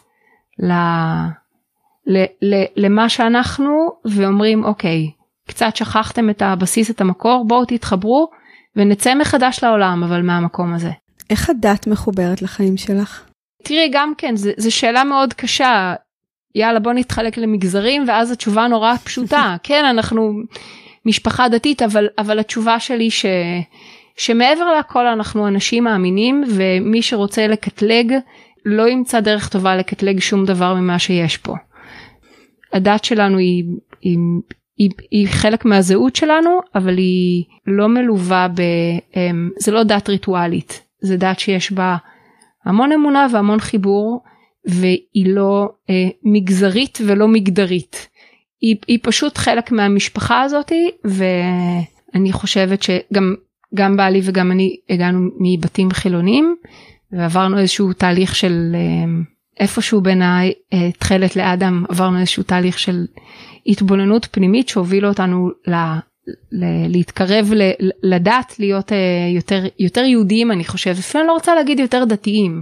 B: למה שאנחנו, ואומרים אוקיי, קצת שכחתם את הבסיס, את המקור, בואו תתחברו, ונצא מחדש לעולם, אבל מהמקום הזה.
A: איך הדת מחוברת לחיים שלך?
B: תראי, גם כן, זו שאלה מאוד קשה. יאללה, בוא נתחלק למגזרים, ואז התשובה נורא פשוטה. כן, אנחנו משפחה דתית, אבל התשובה שלי שמעבר לכל אנחנו אנשים מאמינים, ומי שרוצה לקטלג, לא ימצא דרך טובה לקטלג שום דבר ממה שיש פה. הדת שלנו היא חלק מהזהות שלנו, אבל היא לא מלווה זה לא דת ריטואלית, זה דת שיש בה המון אמונה והמון חיבור, והיא לא מגזרית ולא מגדרית. היא פשוט חלק מהמשפחה הזאת, ואני חושבת שגם בעלי וגם אני הגענו מבתים חילוניים, ועברנו איזשהו תהליך של איפשהו בין התחלת לאדם, עברנו איזשהו תהליך של התבוננות פנימית שהובילה אותנו להתקרב לדת, להיות יותר יהודיים, אני חושבת, אפילו אני לא רוצה להגיד יותר דתיים,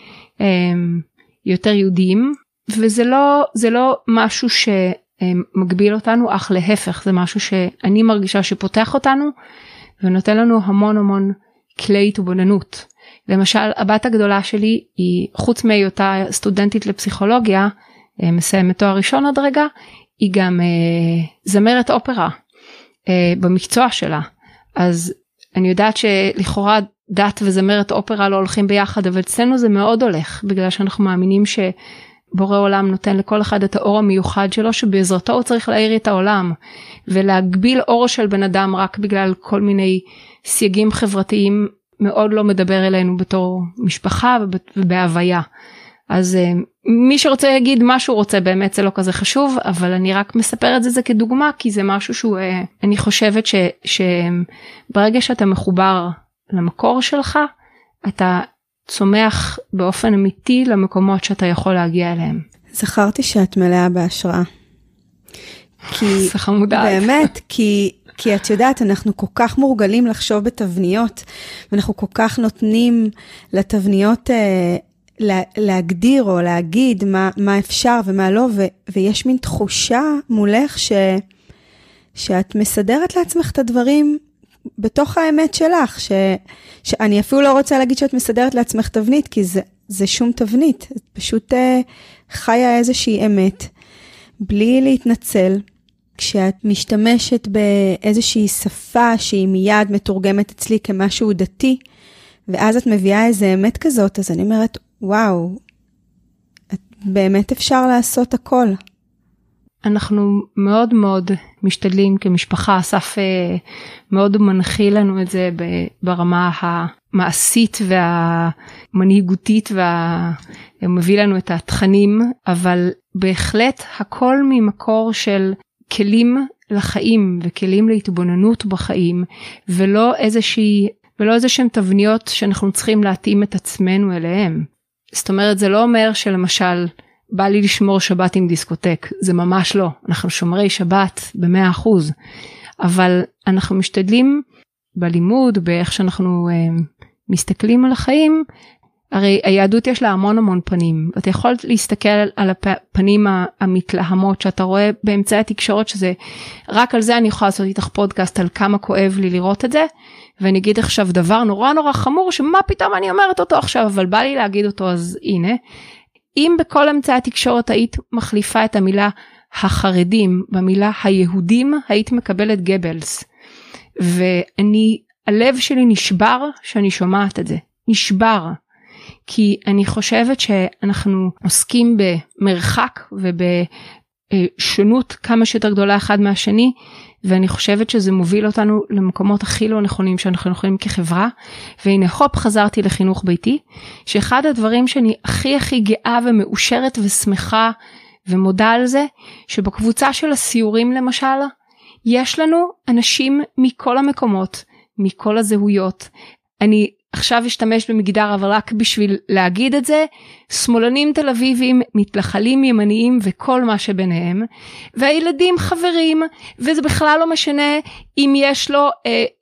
B: יותר יהודיים, וזה לא משהו שמגביל אותנו, אך להפך, זה משהו שאני מרגישה שפותח אותנו, ונותן לנו המון המון כלי התבוננות. למשל, הבת הגדולה שלי היא, חוץ מהיותה סטודנטית לפסיכולוגיה, מסיימת תואר ראשון עוד רגע, היא גם זמרת אופרה במקצוע שלה. אז אני יודעת שלכאורה דת וזמרת אופרה לא הולכים ביחד, אבל אצלנו זה מאוד הולך, בגלל שאנחנו מאמינים שבורא עולם נותן לכל אחד את האור המיוחד שלו, שבעזרתו הוא צריך להאיר את העולם, ולהגביל אור של בן אדם רק בגלל כל מיני סייגים חברתיים, מאוד לא מדבר אלינו בתור משפחה ובהוויה. אז מי שרוצה להגיד מה שהוא רוצה, באמת זה לא כזה חשוב, אבל אני רק מספר את זה כדוגמה, כי זה משהו שהוא, אני חושבת שברגע שאתה מחובר למקור שלך, אתה צומח באופן אמיתי למקומות שאתה יכול להגיע אליהם.
A: זכרתי שאת מלאה בהשראה. באמת, כי את יודעת, אנחנו כל כך מורגלים לחשוב בתבניות, ואנחנו כל כך נותנים לתבניות להגדיר או להגיד מה אפשר ומה לא, ויש מין תחושה מולך שאת מסדרת לעצמך את הדברים בתוך האמת שלך, שאני אפילו לא רוצה להגיד שאת מסדרת לעצמך תבנית, כי זה שום תבנית, את פשוט חיה איזושהי אמת, בלי להתנצל, כשאת משתמשת באיזושהי שפה שהיא מיד מתורגמת אצלי כמשהו דתי, ואז את מביאה איזה אמת כזאת, אז אני אומרת, וואו, באמת אפשר לעשות הכל.
B: אנחנו מאוד מאוד משתדלים כמשפחה, אסף מאוד מנחיל לנו את זה ברמה המעשית והמנהיגותית, ומביא לנו את התכנים, אבל בהחלט הכל ממקור של כלים לחיים וכלים להתבוננות בחיים, ולא איזשהם תבניות שאנחנו צריכים להתאים את עצמנו אליהם. זאת אומרת, זה לא אומר שלמשל בא לי לשמור שבת עם דיסקוטק, זה ממש לא, אנחנו שומרי שבת ב100%, אבל אנחנו משתדלים בלימוד, באיך שאנחנו מסתכלים על החיים, הרי היהדות יש לה המון המון פנים, ואתה יכול להסתכל על הפנים המתלהמות שאתה רואה באמצעי התקשורת, שזה, רק על זה אני יכולה לעשות איתך פודקאסט על כמה כואב לי לראות את זה, ואני אגיד עכשיו דבר נורא נורא חמור, שמה פתאום אני אומרת אותו עכשיו, אבל בא לי להגיד אותו, אז הנה, אם בכל אמצעי התקשורת היית מחליפה את המילה החרדים, במילה היהודים, היית מקבלת גבלס, הלב שלי נשבר שאני שומעת את זה, נשבר, כי אני חושבת שאנחנו עוסקים במרחק ובשונות כמה שיותר גדולה אחד מהשני, ואני חושבת שזה מוביל אותנו למקומות הכי לא נכונים שאנחנו יכולים כחברה, והנה הופ חזרתי לחינוך ביתי, שאחד הדברים שאני הכי גאה ומאושרת ושמחה ומודה על זה, שבקבוצה של הסיורים למשל, יש לנו אנשים מכל המקומות, מכל הזהויות. אני עכשיו אשתמש במגדר, אבל רק בשביל להגיד את זה, שמאלנים תל אביבים, מתנחלים ימניים וכל מה שביניהם, והילדים חברים, וזה בכלל לא משנה אם יש לו,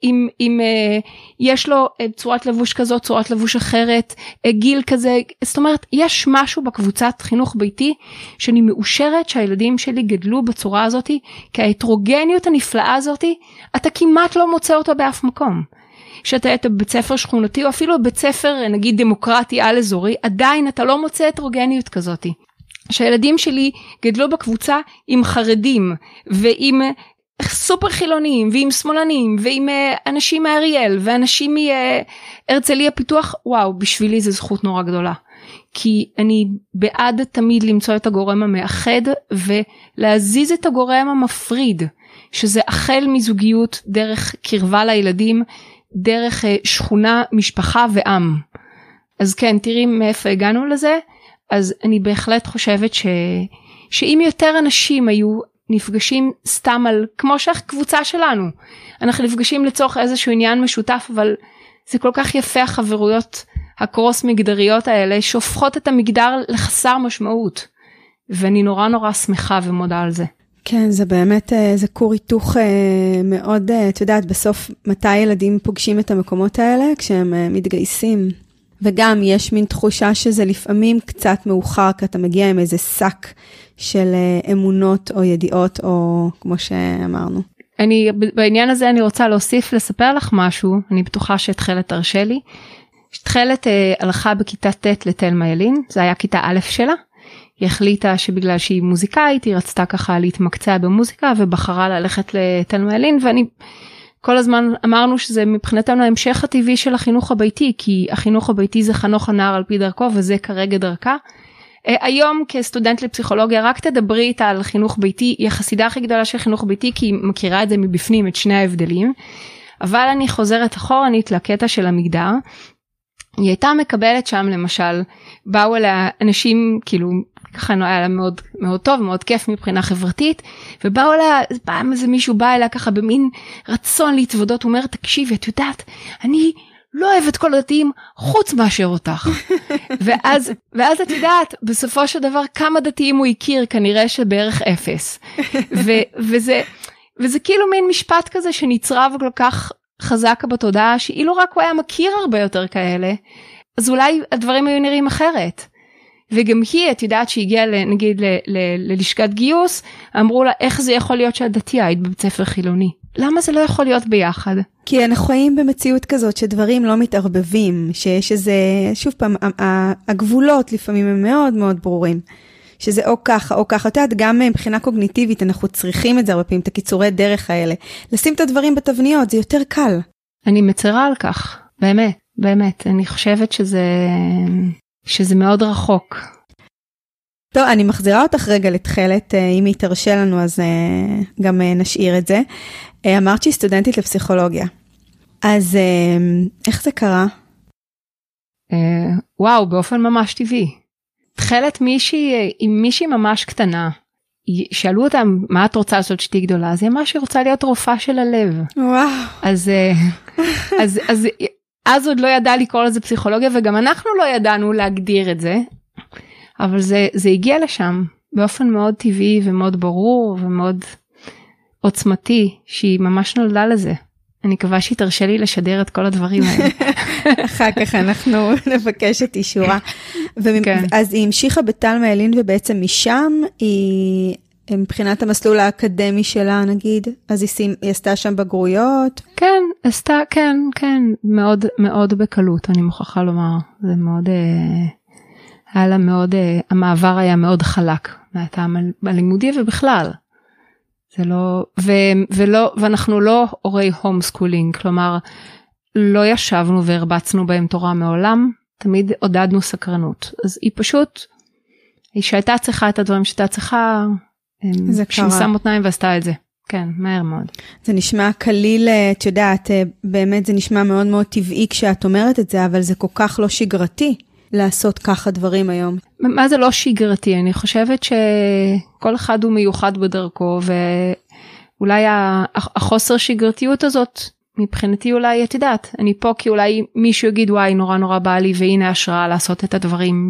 B: יש לו צורת לבוש כזאת, צורת לבוש אחרת, גיל כזה, זאת אומרת, יש משהו בקבוצת חינוך ביתי, שאני מאושרת שהילדים שלי גדלו בצורה הזאת, כי ההטרוגניות הנפלאה הזאת, אתה כמעט לא מוצא אותו באף מקום. שאתה היית בבית ספר שכונתי, או אפילו בבית ספר, נגיד, דמוקרטי על אזורי, עדיין אתה לא מוצא הטרוגניות כזאת. שהילדים שלי גדלו בקבוצה עם חרדים, ועם סופר חילוניים, ועם שמאלנים, ועם אנשים מאריאל, ואנשים מהרצליה פיתוח, וואו, בשבילי זו זכות נורא גדולה. כי אני בעד תמיד למצוא את הגורם המאחד, ולהזיז את הגורם המפריד, שזה החל מזוגיות דרך קרבה לילדים, דרך שכונה, משפחה ועם. אז כן, תראי מאיפה הגענו לזה, אז אני בהחלט חושבת שאם יותר אנשים היו נפגשים סתם על, כמו שהקבוצה שלנו, אנחנו נפגשים לצורך איזשהו עניין משותף, אבל זה כל כך יפה החברויות הקרוס מגדריות האלה, שהופכות את המגדר לחסר משמעות, ואני נורא נורא שמחה ומודה על זה.
A: כן, זה באמת, זה כור היתוך מאוד, את יודעת, בסוף מתי ילדים פוגשים את המקומות האלה? כשהם מתגייסים. וגם יש מין תחושה שזה לפעמים קצת מאוחר, כי אתה מגיע עם איזה שק של אמונות או ידיעות, או כמו שאמרנו.
B: בעניין הזה אני רוצה להוסיף, לספר לך משהו, אני בטוחה שתחלת תרשה לי. תחלת הלכה בכיתה ט' לתלמה ילין, זה היה כיתה א' שלה. היא החליטה שבגלל שהיא מוזיקאית, היא רצתה ככה להתמקצע במוזיקה, ובחרה ללכת לתלמה ילין, ואני כל הזמן אמרנו שזה מבחינתנו ההמשך הטבעי של החינוך הביתי, כי החינוך הביתי זה חנוך הנער על פי דרכו, וזה כרגע דרכה. היום כסטודנט לפסיכולוגיה, רק תדברי איתה על חינוך ביתי, היא החסידה הכי גדולה של חינוך ביתי, כי היא מכירה את זה מבפנים, את שני ההבדלים. אבל אני חוזרת אחורנית לקטע של המגדר, היא הייתה מקבלת שם למשל, באו אליה אנשים כאילו, ככה היה לה מאוד, מאוד טוב, מאוד כיף מבחינה חברתית, ובאו אליה, פעם איזה מישהו בא אליה ככה במין רצון להתוודות, הוא אומר, תקשיבי, את יודעת, אני לא אוהבת כל הדתיים חוץ מאשר אותך. ואז את יודעת, בסופו של דבר, כמה דתיים הוא הכיר, כנראה שבערך 0. וזה כאילו מין משפט כזה שנצרב כל כך חזק בתודעה, שאילו רק הוא היה מכיר הרבה יותר כאלה, אז אולי הדברים היו נראים אחרת. וגם היא, את יודעת שהגיעה נגיד ללשכת גיוס, אמרו לה, איך זה יכול להיות שאת דתייה, היית בבית ספר חילוני? למה זה לא יכול להיות ביחד?
A: כי אנחנו חיים במציאות כזאת שדברים לא מתערבבים, שיש איזה, שוב פעם, הגבולות לפעמים הם מאוד מאוד ברורים, שזה או ככה או ככה, את יודעת, גם מבחינה קוגניטיבית אנחנו צריכים את זה הרבה פעמים, את הקיצורי דרך האלה, לשים את הדברים בתבניות, זה יותר קל.
B: אני מצרה על כך, באמת, באמת, אני חושבת שזה מאוד רחוק.
A: טוב, אני מחזירה אותך רגע לתחלת, אם היא תרשה לנו אז גם נשאיר את זה. אמרת שהיא סטודנטית לפסיכולוגיה. אז איך זה קרה?
B: וואו, באופן ממש טבעי. תחלת עם מישהי ממש קטנה. שאלו אותם, מה את רוצה לעשות שתהי גדולה? אז היא אמרה שהיא רוצה להיות רופאה של הלב.
A: וואו.
B: אז עוד לא ידע לקרוא לזה פסיכולוגיה, וגם אנחנו לא ידענו להגדיר את זה. אבל זה הגיע לשם באופן מאוד טבעי ומאוד ברור ומאוד עוצמתי, שהיא ממש נולדה לזה. אני מקווה שהיא תרשה לי לשדר את כל הדברים האלה.
A: אחר כך אנחנו נבקש את אישורה. אז היא המשיכה בתלמה ילין, ובעצם משם היא, מבחינת המסלול האקדמי שלה נגיד, אז היא עשתה שם בגרויות.
B: כן, עשתה, כן, מאוד מאוד בקלות, אני מוכרחה לומר. זה מאוד, היה לה מאוד, המעבר היה מאוד חלק מהטעם הלימודי ובכלל. זה לא, ואנחנו לא הורי הום סקולינג, כלומר, לא ישבנו והרבצנו בהם תורה מעולם, תמיד עודדנו סקרנות. אז היא פשוט, היא שהייתה צריכה את הדברים שהייתה צריכה, שימסה מותניים ועשתה את זה. כן, מהר מאוד.
A: זה נשמע קליל, את יודעת, באמת זה נשמע מאוד מאוד טבעי כשאת אומרת את זה, אבל זה כל כך לא שגרתי לעשות ככה דברים היום.
B: מה זה לא שגרתי? אני חושבת שכל אחד הוא מיוחד בדרכו, ואולי החוסר שגרתיות הזאת מבחינתי אולי, את יודעת, אני פה כי אולי מישהו יגיד וואי נורא נורא בא לי והנה השראה לעשות את הדברים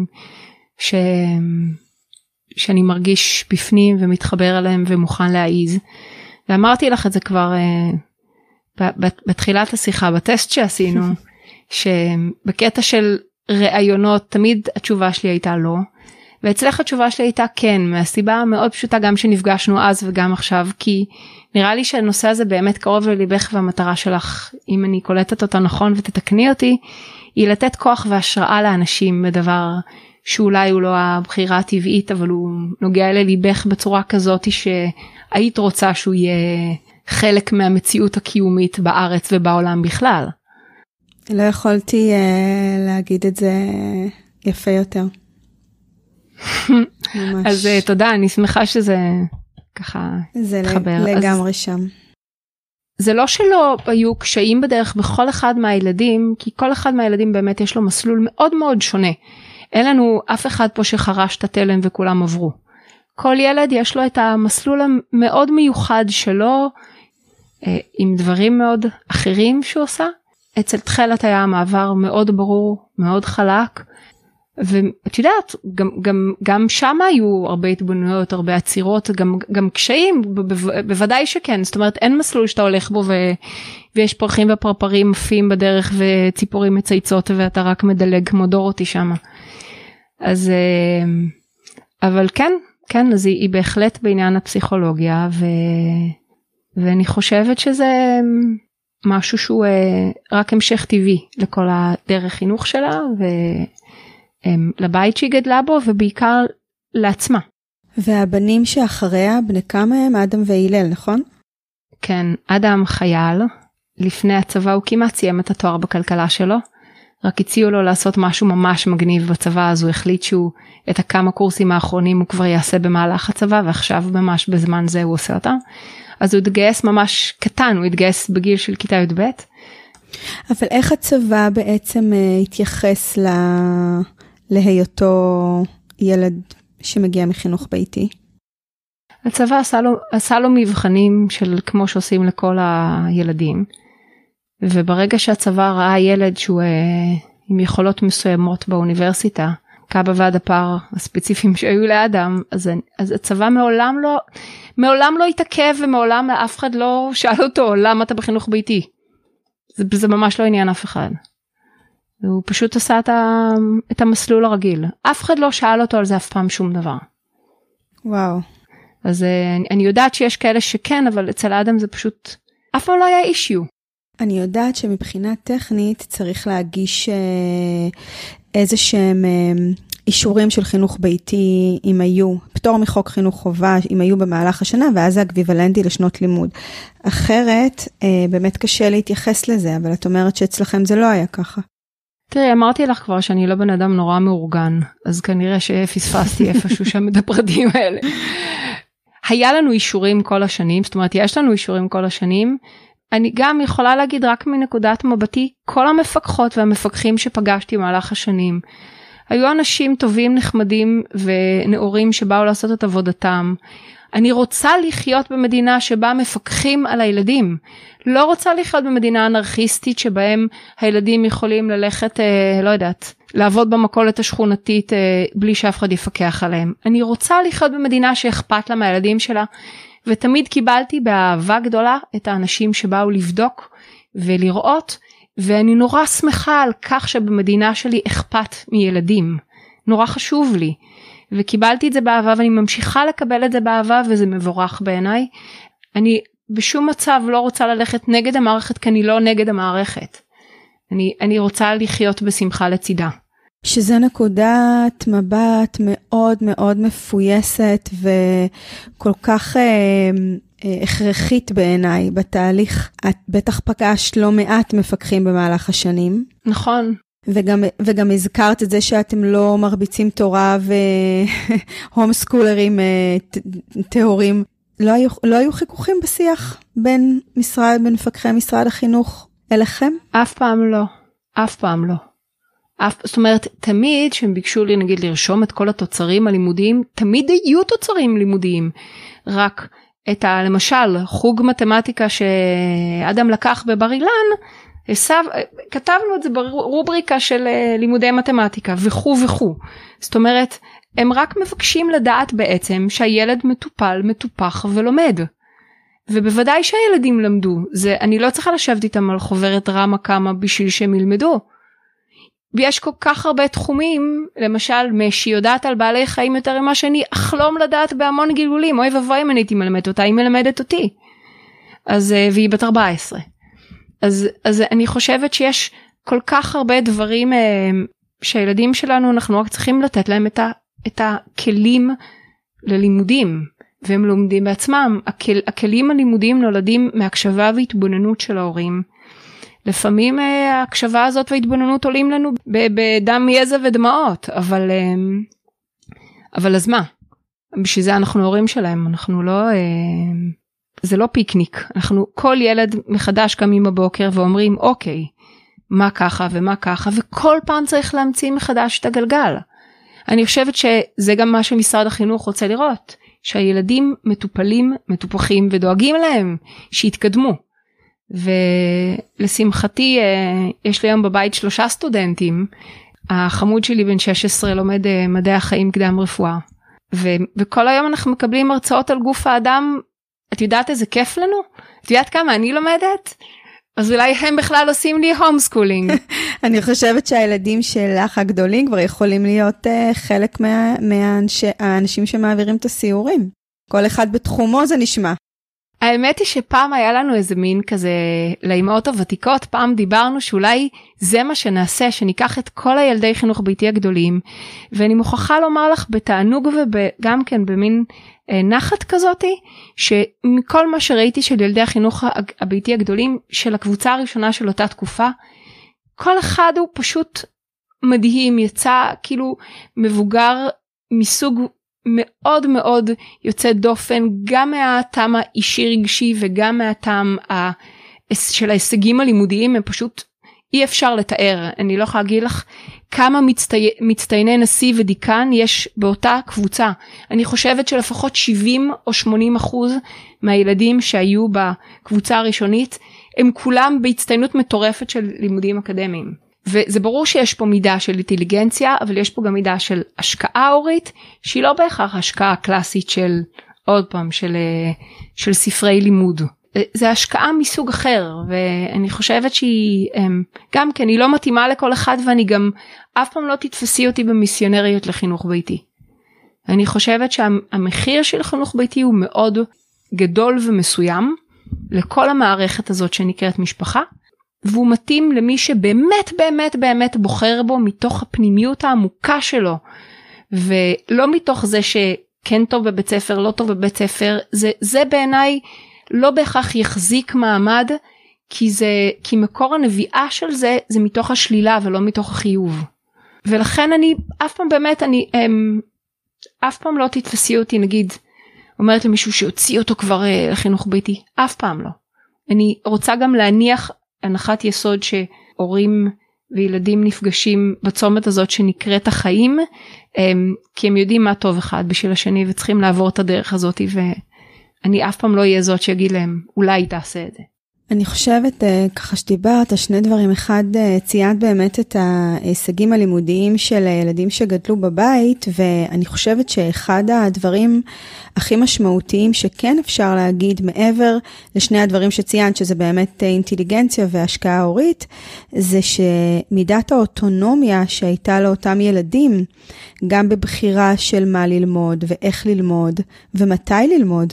B: שאני מרגיש בפנים ומתחבר אליהם ומוכן להעיז. ואמרתי לך את זה כבר בתחילת השיחה, בטסט שעשינו, שבקטע של ראיונות תמיד התשובה שלי הייתה לא, ואצלך התשובה שלי הייתה כן, מהסיבה מאוד פשוטה גם שנפגשנו אז וגם עכשיו, כי נראה לי שהנושא הזה באמת קרוב לליבך, והמטרה שלך, אם אני קולטת אותה נכון ותתקני אותי, היא לתת כוח והשראה לאנשים בדבר שאולי הוא לא הבחירה הטבעית, אבל הוא נוגע לליבך בצורה כזאת שהיית רוצה שהוא יהיה חלק מהמציאות הקיומית בארץ ובעולם בכלל.
A: לא יכולתי להגיד את זה יפה יותר.
B: אז תודה, אני שמחה שזה ככה מתחבר.
A: זה לגמרי שם.
B: זה לא שלא היו קשיים בדרך בכל אחד מהילדים, כי כל אחד מהילדים באמת יש לו מסלול מאוד מאוד שונה. אין לנו אף אחד פה שחרש את התלם וכולם עברו. כל ילד יש לו את המסלול המאוד מיוחד שלו, עם דברים מאוד אחרים שהוא עושה. אצל תחילת היה מעבר מאוד ברור, מאוד חלק, ואת יודעת, גם שם היו הרבה התבוננויות, הרבה עצירות, גם קשיים, בוודאי שכן, זאת אומרת אין מסלול שאתה הולך בו ויש פרחים ופרפרים עפים בדרך וציפורים מצייצות ואתה רק מדלג כמו דורותי שם. אז, אבל כן, אז היא בהחלט בעניין הפסיכולוגיה, ואני חושבת שזה משהו שהוא רק המשך טבעי לכל הדרך חינוך שלה, לבית שהיא גדלה בו, ובעיקר לעצמה.
A: והבנים שאחריה, בני כמה הם? אדם והילל, נכון?
B: כן, אדם חייל, לפני הצבא הוא כמעט סיים את התואר בכלכלה שלו, רק הציעו לו לעשות משהו ממש מגניב בצבא, אז הוא החליט שהוא את הכמה קורסים האחרונים הוא כבר יעשה במהלך הצבא, ועכשיו ממש בזמן זה הוא עושה אותם. אז הוא התגייס ממש קטן, הוא התגייס בגיל של כיתה י"ב.
A: אבל איך הצבא בעצם התייחס להיותו ילד שמגיע מחינוך ביתי?
B: הצבא עשה לו מבחנים של כמו שעושים לכל הילדים, וברגע שהצבא ראה ילד שהוא עם יכולות מסוימות באוניברסיטה, קב"א ועד הפער הספציפיים שהיו לאדם, אז הצבא מעולם לא התעכב, ומעולם אף אחד לא שאל אותו למה אתה בחינוך ביתי. זה ממש לא עניין אף אחד. הוא פשוט עשה את המסלול הרגיל. אף אחד לא שאל אותו על זה אף פעם שום דבר.
A: וואו.
B: אז אני יודעת שיש כאלה שכן, אבל אצל האדם זה פשוט אף פעם לא היה אישיו.
A: אני יודעת שמבחינה טכנית צריך להגיש איזה שהם אישורים של חינוך ביתי, אם היו, פטור מחוק חינוך חובה, אם היו במהלך השנה, ואז זה אקוויוולנטי לשנות לימוד. אחרת, באמת קשה להתייחס לזה, אבל את אומרת שאצלכם זה לא היה ככה.
B: תראי, אמרתי לך כבר שאני לא בן אדם נורא מאורגן, אז כנראה שפספסתי איפשהו שם את הפרטים האלה. היה לנו אישורים כל השנים, זאת אומרת, יש לנו אישורים כל השנים, אני גם יכולה להגיד רק מנקודת מבטי, כל המפקחות והמפקחים שפגשתי במהלך השנים, היו אנשים טובים, נחמדים ונאורים שבאו לעשות את עבודתם. אני רוצה לחיות במדינה שבה מפקחים על הילדים. לא רוצה לחיות במדינה אנרכיסטית שבהם הילדים יכולים ללכת, לא יודעת, לעבוד במכולת השכונתית בלי שאף אחד יפקח עליהם. אני רוצה לחיות במדינה שאכפת לה מהילדים שלה, ותמיד קיבלתי באהבה גדולה את האנשים שבאו לבדוק ולראות, ואני נורא שמחה על כך שבמדינה שלי אכפת מילדים. נורא חשוב לי. וקיבלתי את זה באהבה, ואני ממשיכה לקבל את זה באהבה, וזה מבורך בעיניי. אני בשום מצב לא רוצה ללכת נגד המערכת, כי אני לא נגד המערכת. אני רוצה לחיות בשמחה לצידה.
A: שזה נקודת מבט מאוד מאוד מפויסת, וכל כך הכרחית בעיניי בתהליך. את בטח פגשת לא מעט מפקחים במהלך השנים.
B: נכון.
A: וגם הזכרת את זה שאתם לא מרביצים תורה והום סקולרים טהורים. לא היו חיכוכים בשיח בין מפקחי משרד החינוך אליכם?
B: אף פעם לא. אף פעם לא. זאת אומרת, תמיד שהם ביקשו לי נגיד לרשום את כל התוצרים הלימודיים, תמיד היו תוצרים לימודיים. רק למשל, חוג מתמטיקה שאדם לקח בבר אילן, כתבנו את זה ברובריקה של לימודי מתמטיקה, וכו' וכו'. זאת אומרת, הם רק מבקשים לדעת בעצם שהילד מטופל, מטופח ולומד. ובוודאי שהילדים למדו, אני לא צריכה לשבת איתם על חוברת רמה כמה בשביל שהם ילמדו. ויש כל כך הרבה תחומים, למשל משי יודעת על בעלי חיים יותר ממה שאני אחלום לדעת בהמון גלגולים, אוי ובוי אם אני הייתי מלמדת אותה, היא מלמדת אותי. והיא בת 14. אז אני חושבת שיש כל כך הרבה דברים שהילדים שלנו, אנחנו רק צריכים לתת להם את הכלים ללימודים, והם לומדים בעצמם. הכלים הלימודיים נולדים מהקשבה והתבוננות של ההורים. לפעמים ההקשבה הזאת וההתבוננות עולים לנו בדם יזע ודמעות, אבל אז מה? בשביל זה אנחנו הורים שלהם, אנחנו לא, זה לא פיקניק, כל ילד מחדש קמים בבוקר ואומרים אוקיי, מה ככה ומה ככה, וכל פעם צריך להמציא מחדש את הגלגל. אני חושבת שזה גם מה שמשרד החינוך רוצה לראות, שהילדים מטופלים, מטופחים ודואגים להם, שיתקדמו. ולשמחתי יש לי היום בבית 3 סטודנטים, החמוד שלי בן 16 לומד מדעי החיים קדם רפואה, וכל היום אנחנו מקבלים הרצאות על גוף האדם. את יודעת איזה כיף לנו? את יודעת כמה אני לומדת? אז אולי הם בכלל עושים לי הום סקולינג.
A: אני חושבת שהילדים שלך הגדולים כבר יכולים להיות חלק מהאנשים שמעבירים את הסיורים. כל אחד בתחומו זה נשמע.
B: האמת היא שפעם היה לנו איזה מין כזה, לאמהות הוותיקות, פעם דיברנו שאולי זה מה שנעשה, שניקח את כל הילדי חינוך ביתי הגדולים, ואני מוכרחה לומר לך בתענוג וגם כן במין נחת כזאתי, שמכל מה שראיתי של ילדי החינוך הביתי הגדולים, של הקבוצה הראשונה של אותה תקופה, כל אחד הוא פשוט מדהים, יצא כאילו מבוגר מסוג מאוד מאוד יוצא דופן, גם מהטעם האישי רגשי וגם מהטעם של ההישגים הלימודיים, הם פשוט אי אפשר לתאר. אני לא יכולה להגיד לך כמה מצטייני נשיא ודיקן יש באותה קבוצה. אני חושבת שלפחות 70 או 80% מהילדים שהיו בקבוצה הראשונית, הם כולם בהצטיינות מטורפת של לימודים אקדמיים. וזה ברור שיש פה מידה של אינטליגנציה, אבל יש פה גם מידה של השקעה הורית, שהיא לא בהכרח השקעה קלאסית של, עוד פעם, של ספרי לימוד. זה השקעה מסוג אחר, ואני חושבת שהיא, גם כן, היא לא מתאימה לכל אחד, ואני גם אף פעם לא תתפסי אותי במיסיונריות לחינוך ביתי. אני חושבת שהמחיר של חינוך ביתי הוא מאוד גדול ומסוים, לכל המערכת הזאת שנקראת משפחה, והוא מתאים למי שבאמת באמת באמת בוחר בו מתוך הפנימיות העמוקה שלו, ולא מתוך זה שכן טוב בבית ספר, לא טוב בבית ספר. זה בעיניי לא בהכרח יחזיק מעמד, כי מקור הנביאה של זה מתוך השלילה ולא מתוך החיוב. ולכן אני אף פעם באמת, אף פעם לא תתפסי אותי, נגיד, אומרת למישהו שיוציא אותו כבר לחינוך ביתי, אף פעם לא. אני רוצה גם להניח הנחת יסוד שהורים וילדים נפגשים בצומת הזאת שנקראת החיים, כי הם יודעים מה טוב אחד בשביל השני וצריכים לעבור את הדרך הזאת, ואני אף פעם לא אהיה זאת שיגיד להם, אולי תעשה את זה.
A: אני חושבת, ככה שדיברת, שני דברים. אחד, ציינת באמת את ההישגים הלימודיים של ילדים שגדלו בבית, ואני חושבת שאחד הדברים הכי משמעותיים שכן אפשר להגיד, מעבר לשני הדברים שציינת, שזה באמת אינטליגנציה והשקעה הורית, זה שמידת האוטונומיה שהייתה לאותם ילדים, גם בבחירה של מה ללמוד ואיך ללמוד ומתי ללמוד,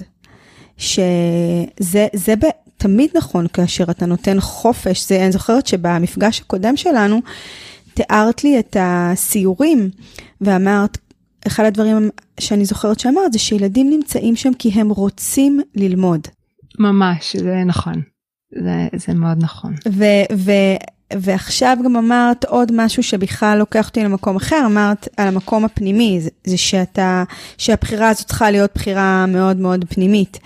A: שזה תמיד נכון כאשר אתה נותן חופש. אני זוכרת שבמפגש הקודם שלנו, תיארת לי את הסיורים, ואמרת, אחד הדברים שאני זוכרת שאמרת, זה שילדים נמצאים שם כי הם רוצים ללמוד.
B: ממש, זה נכון. זה מאוד נכון.
A: ועכשיו גם אמרת עוד משהו שבכלל לוקח אותי למקום אחר, אמרת על המקום הפנימי, זה שהבחירה הזאת צריכה להיות בחירה מאוד מאוד פנימית.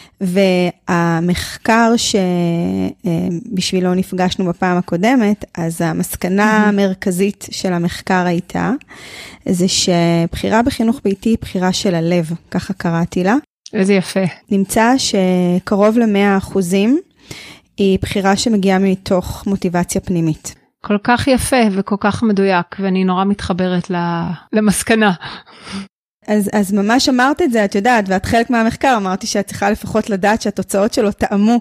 A: והמחקר שבשבילו נפגשנו בפעם הקודמת, אז המסקנה המרכזית של המחקר הייתה, זה שבחירה בחינוך ביתי היא בחירה של הלב, ככה קראתי לה.
B: איזה יפה.
A: נמצא שקרוב ל100% היא בחירה שמגיעה מתוך מוטיבציה פנימית.
B: כל כך יפה וכל כך מדויק, ואני נורא מתחברת למסקנה.
A: אז ממש אמרת את זה, את יודעת, ואת חלק מהמחקר, אמרתי שאת צריכה לפחות לדעת שהתוצאות שלו טעמו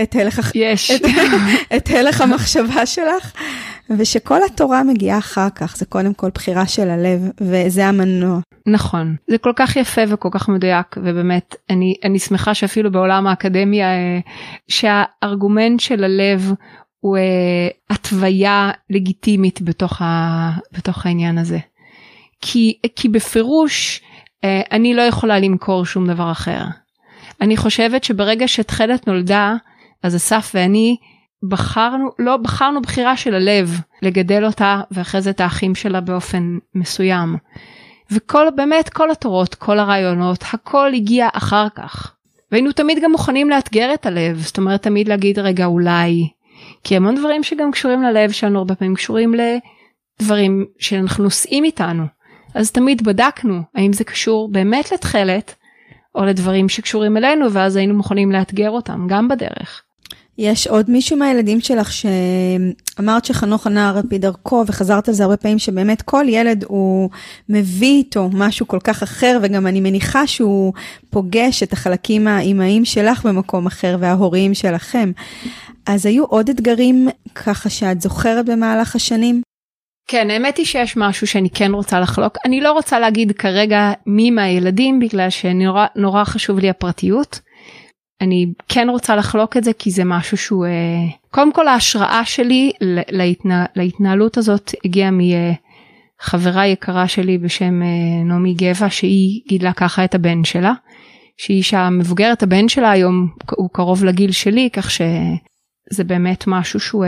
A: את הלך המחשבה שלך, ושכל התורה מגיעה אחר כך, זה קודם כל בחירה של הלב, וזה המנוע.
B: נכון, זה כל כך יפה וכל כך מדויק, ובאמת, אני שמחה שאפילו בעולם האקדמיה, שהארגומנט של הלב, הוא התוויה לגיטימית בתוך העניין הזה. כי בפירוש, אני לא יכולה למכור שום דבר אחר. אני חושבת שברגע שתכלת נולדה, אז אסף ואני בחרנו בחירה של הלב, לגדל אותה, ואחרי זה את האחים שלה באופן מסוים. באמת כל התורות, כל הרעיונות, הכל הגיע אחר כך. והיינו תמיד גם מוכנים לאתגר את הלב, זאת אומרת תמיד להגיד רגע אולי, כי המון דברים שגם קשורים ללב שלנו, הרבה פעמים קשורים לדברים שאנחנו נושאים איתנו. אז תמיד בדקנו האם זה קשור באמת לתכלת, או לדברים שקשורים אלינו, ואז היינו מוכנים לאתגר אותם, גם בדרך.
A: יש עוד מישהו מהילדים שלך שאמרת שחנוך הנער על פי דרכו, וחזרת על זה הרבה פעמים שבאמת כל ילד הוא מביא איתו משהו כל כך אחר, וגם אני מניחה שהוא פוגש את החלקים האימהיים שלך במקום אחר, וההוריים שלכם. אז היו עוד אתגרים ככה שאת זוכרת במהלך השנים?
B: כן, האמת היא שיש משהו שאני כן רוצה לחלוק. אני לא רוצה להגיד כרגע מי מהילדים, בגלל שנורא חשוב לי הפרטיות. אני כן רוצה לחלוק את זה, כי זה משהו שהוא, קודם כל ההשראה שלי להתנהלות הזאת הגיעה מחברה יקרה שלי בשם נעמי גבע, שהיא גידלה ככה את הבן שלה, שהיא אישה מבוגרת, הבן שלה היום הוא קרוב לגיל שלי, כך שזה באמת משהו שהוא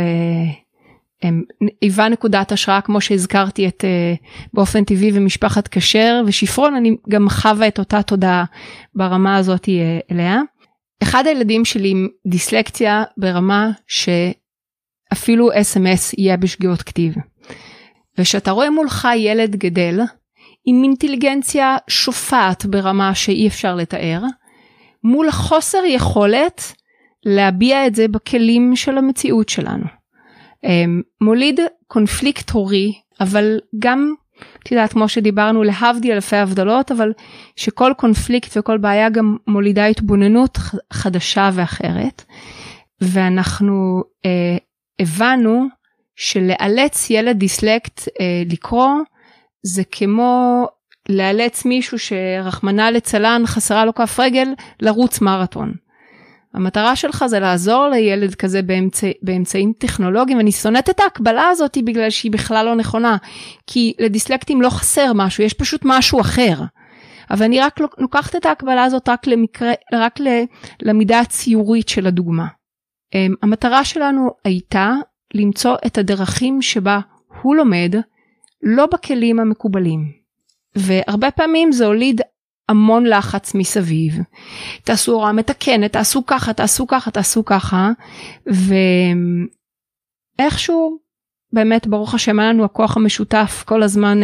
B: היווה נקודת השראה, כמו שהזכרתי את באופן טבעי ומשפחת כשר ושפרון, אני גם חווה את אותה תודה ברמה הזאת אליה. אחד הילדים שלי עם דיסלקציה ברמה שאפילו SMS יהיה בשגיאות כתיב. ושאתה רואה מולך ילד גדל עם אינטליגנציה שופעת ברמה שאי אפשר לתאר, מול החוסר יכולת להביע את זה בכלים של המציאות שלנו. מוליד קונפליקט הורי, אבל גם, תדעת, כמו שדיברנו, להבדיל אלפי הבדלות, אבל שכל קונפליקט וכל בעיה גם מולידה התבוננות חדשה ואחרת. ואנחנו הבנו שלאלץ ילד דיסלקט לקרוא, זה כמו לאלץ מישהו שרחמנה לצלן חסרה לו כף רגל לרוץ מרתון. המטרה שלך זה לעזור לילד כזה באמצעים טכנולוגיים, ואני שונאת את ההקבלה הזאת בגלל שהיא בכלל לא נכונה, כי לדיסלקטים לא חסר משהו, יש פשוט משהו אחר. אבל אני רק לוקחת את ההקבלה הזאת רק למידה הציורית של הדוגמה. המטרה שלנו הייתה למצוא את הדרכים שבה הוא לומד, לא בכלים המקובלים. והרבה פעמים זה הוליד המון לחץ מסביב, תעשו הוראה מתקנת, תעשו ככה, תעשו ככה, תעשו ככה, ואיכשהו, באמת ברוך השם, לנו הכוח המשותף כל הזמן,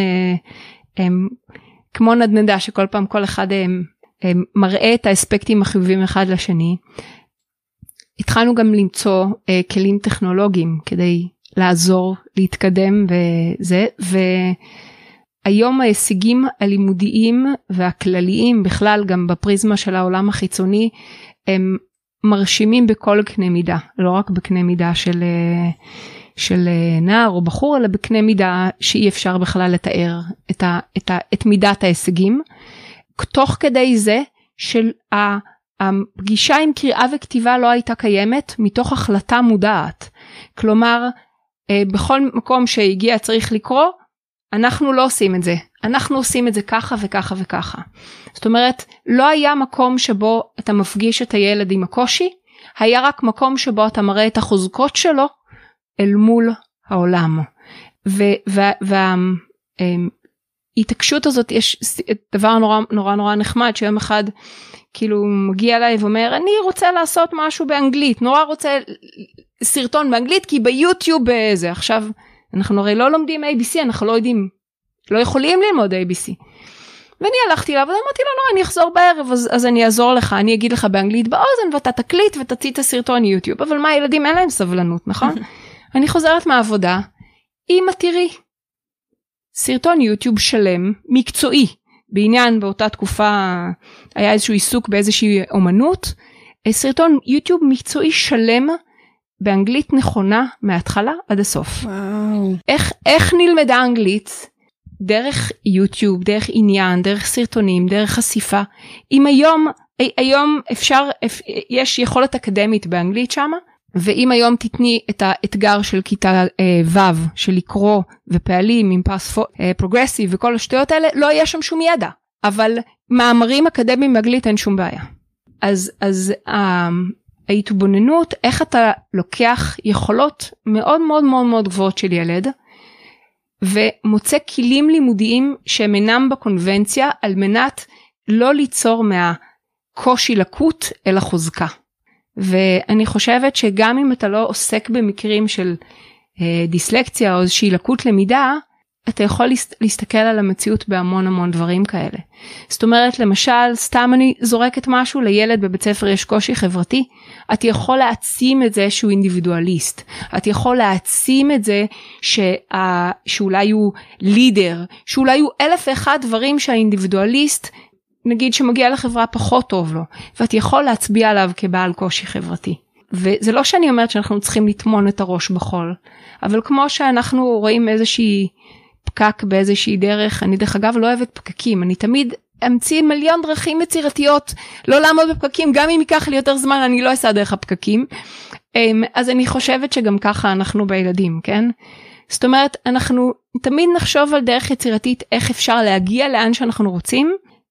B: כמו נדנדה שכל פעם כל אחד מראה את האספקטים החיובים אחד לשני, התחלנו גם למצוא כלים טכנולוגיים, כדי לעזור, להתקדם וזה, היום ההישגים הלימודיים והכלליים בכלל גם בפריזמה של העולם החיצוני הם מרשימים בכל קנה מידה, לא רק בקנה מידה של נער או בחור, אלא בקנה מידה שאי אפשר בכלל לתאר את מידת ההישגים. תוך כדי זה של הפגישה עם קריאה וכתיבה לא הייתה קיימת מתוך החלטה מודעת. כלומר, בכל מקום שהגיע צריך לקרוא, אנחנו לא עושים את זה, אנחנו עושים את זה ככה וככה וככה. זאת אומרת, לא היה מקום שבו אתה מפגיש את הילד עם הקושי, היה רק מקום שבו אתה מראה את החוזקות שלו אל מול העולם. וההתעקשות הזאת, יש דבר נורא נחמד, שיום אחד כאילו מגיע אליי ואומר, אני רוצה לעשות משהו באנגלית, נורא רוצה סרטון באנגלית, כי ביוטיוב זה עכשיו, אנחנו הרי לא לומדים ABC, אנחנו לא יכולים ללמוד ABC. ואני הלכתי אליו, ואמרתי לו, לא, אני אחזור בערב, אז אני אעזור לך, אני אגיד לך באנגלית באוזן, ואתה תקליט ותוציא את הסרטון יוטיוב, אבל מה, ילדים אין להם סבלנות, נכון? אני חוזרת מהעבודה, אמא תראי, סרטון יוטיוב שלם, מקצועי, בעניין באותה תקופה, היה איזשהו עיסוק באיזושהי אומנות, סרטון יוטיוב מקצועי שלם, באנגלית נכונה, מההתחלה עד הסוף.
A: וואו.
B: איך נלמדה אנגלית? דרך יוטיוב, דרך עניין, דרך סרטונים, דרך חשיפה. אם היום יש יכולת אקדמית באנגלית שמה, ואם היום תתני את האתגר של כיתה ו' של לקרוא ופעלים עם פס פרוגרסיב וכל השטויות האלה, לא יהיה שם שום ידע. אבל מאמרים אקדמיים באנגלית אין שום בעיה. אז ההתבוננות, איך אתה לוקח יכולות מאוד מאוד מאוד מאוד גבוהות של ילד, ומוצא כלים לימודיים שהם אינם בקונבנציה, על מנת לא ליצור מהקושי לקות אלא חוזקה. ואני חושבת שגם אם אתה לא עוסק במקרים של דיסלקציה או איזושהי לקות למידה, אתה יכול להסתכל על המציאות בהמון המון דברים כאלה. זאת אומרת, למשל, סתם אני זורקת משהו, לילד בבית ספר יש קושי חברתי, את יכול להעצים את זה שהוא אינדיבידואליסט, את יכול להעצים את זה שאולי הוא לידר, שאולי הוא 1,001 דברים שהאינדיבידואליסט, נגיד שמגיע לחברה פחות טוב לו, ואת יכול להצביע עליו כבעל קושי חברתי. וזה לא שאני אומרת שאנחנו צריכים לטמון את הראש בחול, אבל כמו שאנחנו רואים איזושהי פקק באיזושהי דרך, אני דרך אגב לא אוהבת פקקים, אני תמיד אמציא מיליון דרכים יצירתיות לא לעמוד בפקקים, גם אם ייקח לי יותר זמן אני לא אעשה דרך הפקקים, אז אני חושבת שגם ככה אנחנו בילדים, כן? זאת אומרת, אנחנו תמיד נחשוב על דרך יצירתית איך אפשר להגיע לאן שאנחנו רוצים,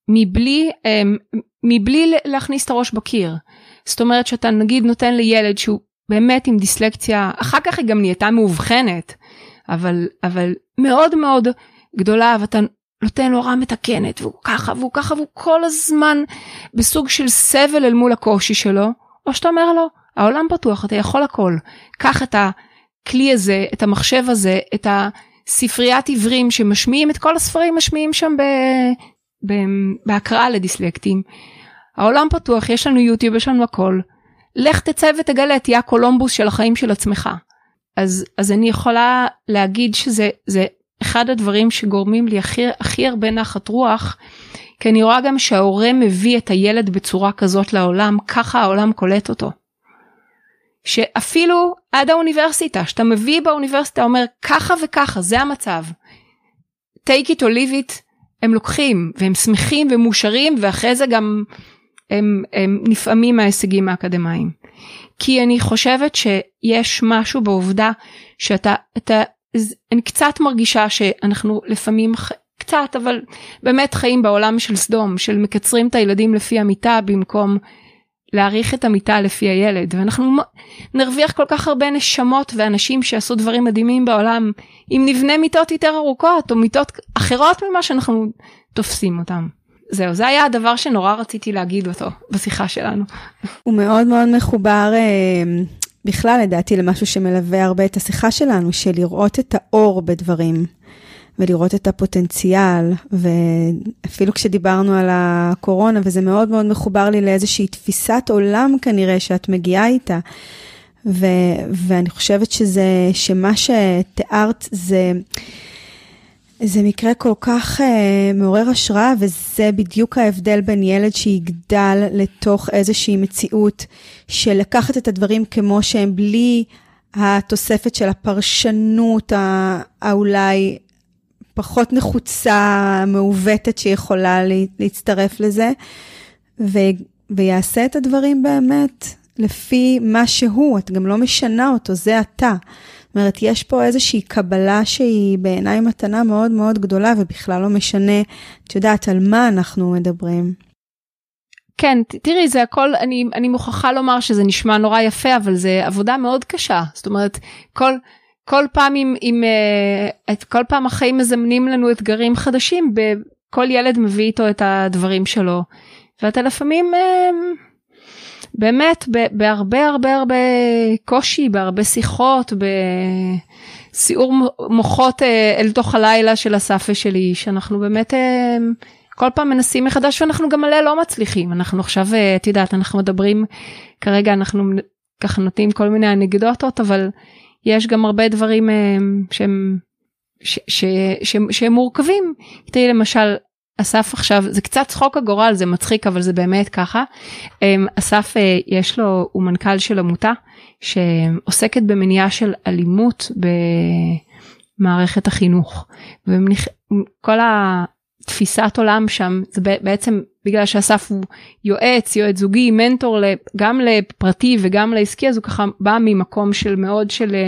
B: מבלי להכניס את הראש בקיר. זאת אומרת שאתה נגיד נותן לילד שהוא באמת עם דיסלקציה, אחר כך היא גם נהייתה מאובחנת, אבל מאוד מאוד גדולה, ואתה נותן לו רע מתקנת, והוא ככה, והוא ככה, והוא כל הזמן בסוג של סבל אל מול הקושי שלו, או שאתה אומר לו, העולם פתוח, אתה יכול הכל. קח את הכלי הזה, את המחשב הזה, את הספריית עיוורים שמשמיעים, את כל הספרים משמיעים שם בהקראה לדיסלקטים. העולם פתוח, יש לנו יוטיוב, יש לנו הכל. לך תצא ותגלה, תהיה הקולומבוס של החיים של עצמך. אז אני יכולה להגיד שזה אחד הדברים שגורמים לי הכי הרבה נחת רוח, כי אני רואה גם שההורה מביא את הילד בצורה כזאת לעולם, ככה העולם קולט אותו. שאפילו עד האוניברסיטה, שאתה מביא באוניברסיטה, אומר ככה וככה, זה המצב. take it or leave it, הם לוקחים, והם שמחים ומאושרים, ואחרי זה גם הם נפעמים מההישגים האקדמיים. כי אני חושבת שיש משהו בעובדה אני קצת מרגישה שאנחנו לפעמים קצת, אבל באמת חיים בעולם של סדום, של מקצרים את הילדים לפי המיטה, במקום להעריך את המיטה לפי הילד, ואנחנו נרוויח כל כך הרבה נשמות ואנשים שעשו דברים מדהימים בעולם, אם נבנה מיטות יותר ארוכות, או מיטות אחרות ממה שאנחנו תופסים אותם. זהו, זה היה הדבר שנורא רציתי להגיד אותו בשיחה שלנו.
A: הוא מאוד מאוד מחובר בכלל לדעתי למשהו שמלווה הרבה את השיחה שלנו, של לראות את האור בדברים, ולראות את הפוטנציאל, ואפילו כשדיברנו על הקורונה, וזה מאוד מאוד מחובר לי לאיזושהי תפיסת עולם כנראה שאת מגיעה איתה, ואני חושבת שמה שתיארת זה מקרה כל כך מעורר השראה, וזה בדיוק ההבדל בין ילד שיגדל לתוך איזושהי מציאות, של לקחת את הדברים כמו שהם, בלי התוספת של הפרשנות האולי פחות נחוצה, מעוותת שיכולה להצטרף לזה, ויעשה את הדברים באמת לפי מה שהוא, את גם לא משנה אותו, זה אתה. זאת אומרת, יש פה איזושהי קבלה שהיא בעיניי מתנה מאוד מאוד גדולה, ובכלל לא משנה, את יודעת, על מה אנחנו מדברים.
B: כן, תראי, זה הכל, אני מוכרחה לומר שזה נשמע נורא יפה, אבל זה עבודה מאוד קשה. זאת אומרת, כל פעם החיים מזמנים לנו אתגרים חדשים, כל ילד מביא איתו את הדברים שלו, ואתה לפעמים באמת בהרבה הרבה הרבה קושי, בהרבה שיחות, בסיעור מוחות אל תוך הלילה של הספה שלי, שאנחנו באמת כל פעם מנסים מחדש ואנחנו גם מלא לא מצליחים. אנחנו עכשיו, את יודעת, אנחנו מדברים, כרגע אנחנו ככה נותנים כל מיני אנקדוטות, אבל יש גם הרבה דברים שהם מורכבים. תראי למשל, אסף עכשיו, זה קצת צחוק הגורל, זה מצחיק, אבל זה באמת ככה. אסף יש לו, הוא מנכ"ל של עמותה, שעוסקת במניעה של אלימות במערכת החינוך. וכל התפיסת עולם שם, זה בעצם בגלל שאסף הוא יועץ זוגי, מנטור גם לפרטי וגם לעסקי, אז הוא ככה בא ממקום של מאוד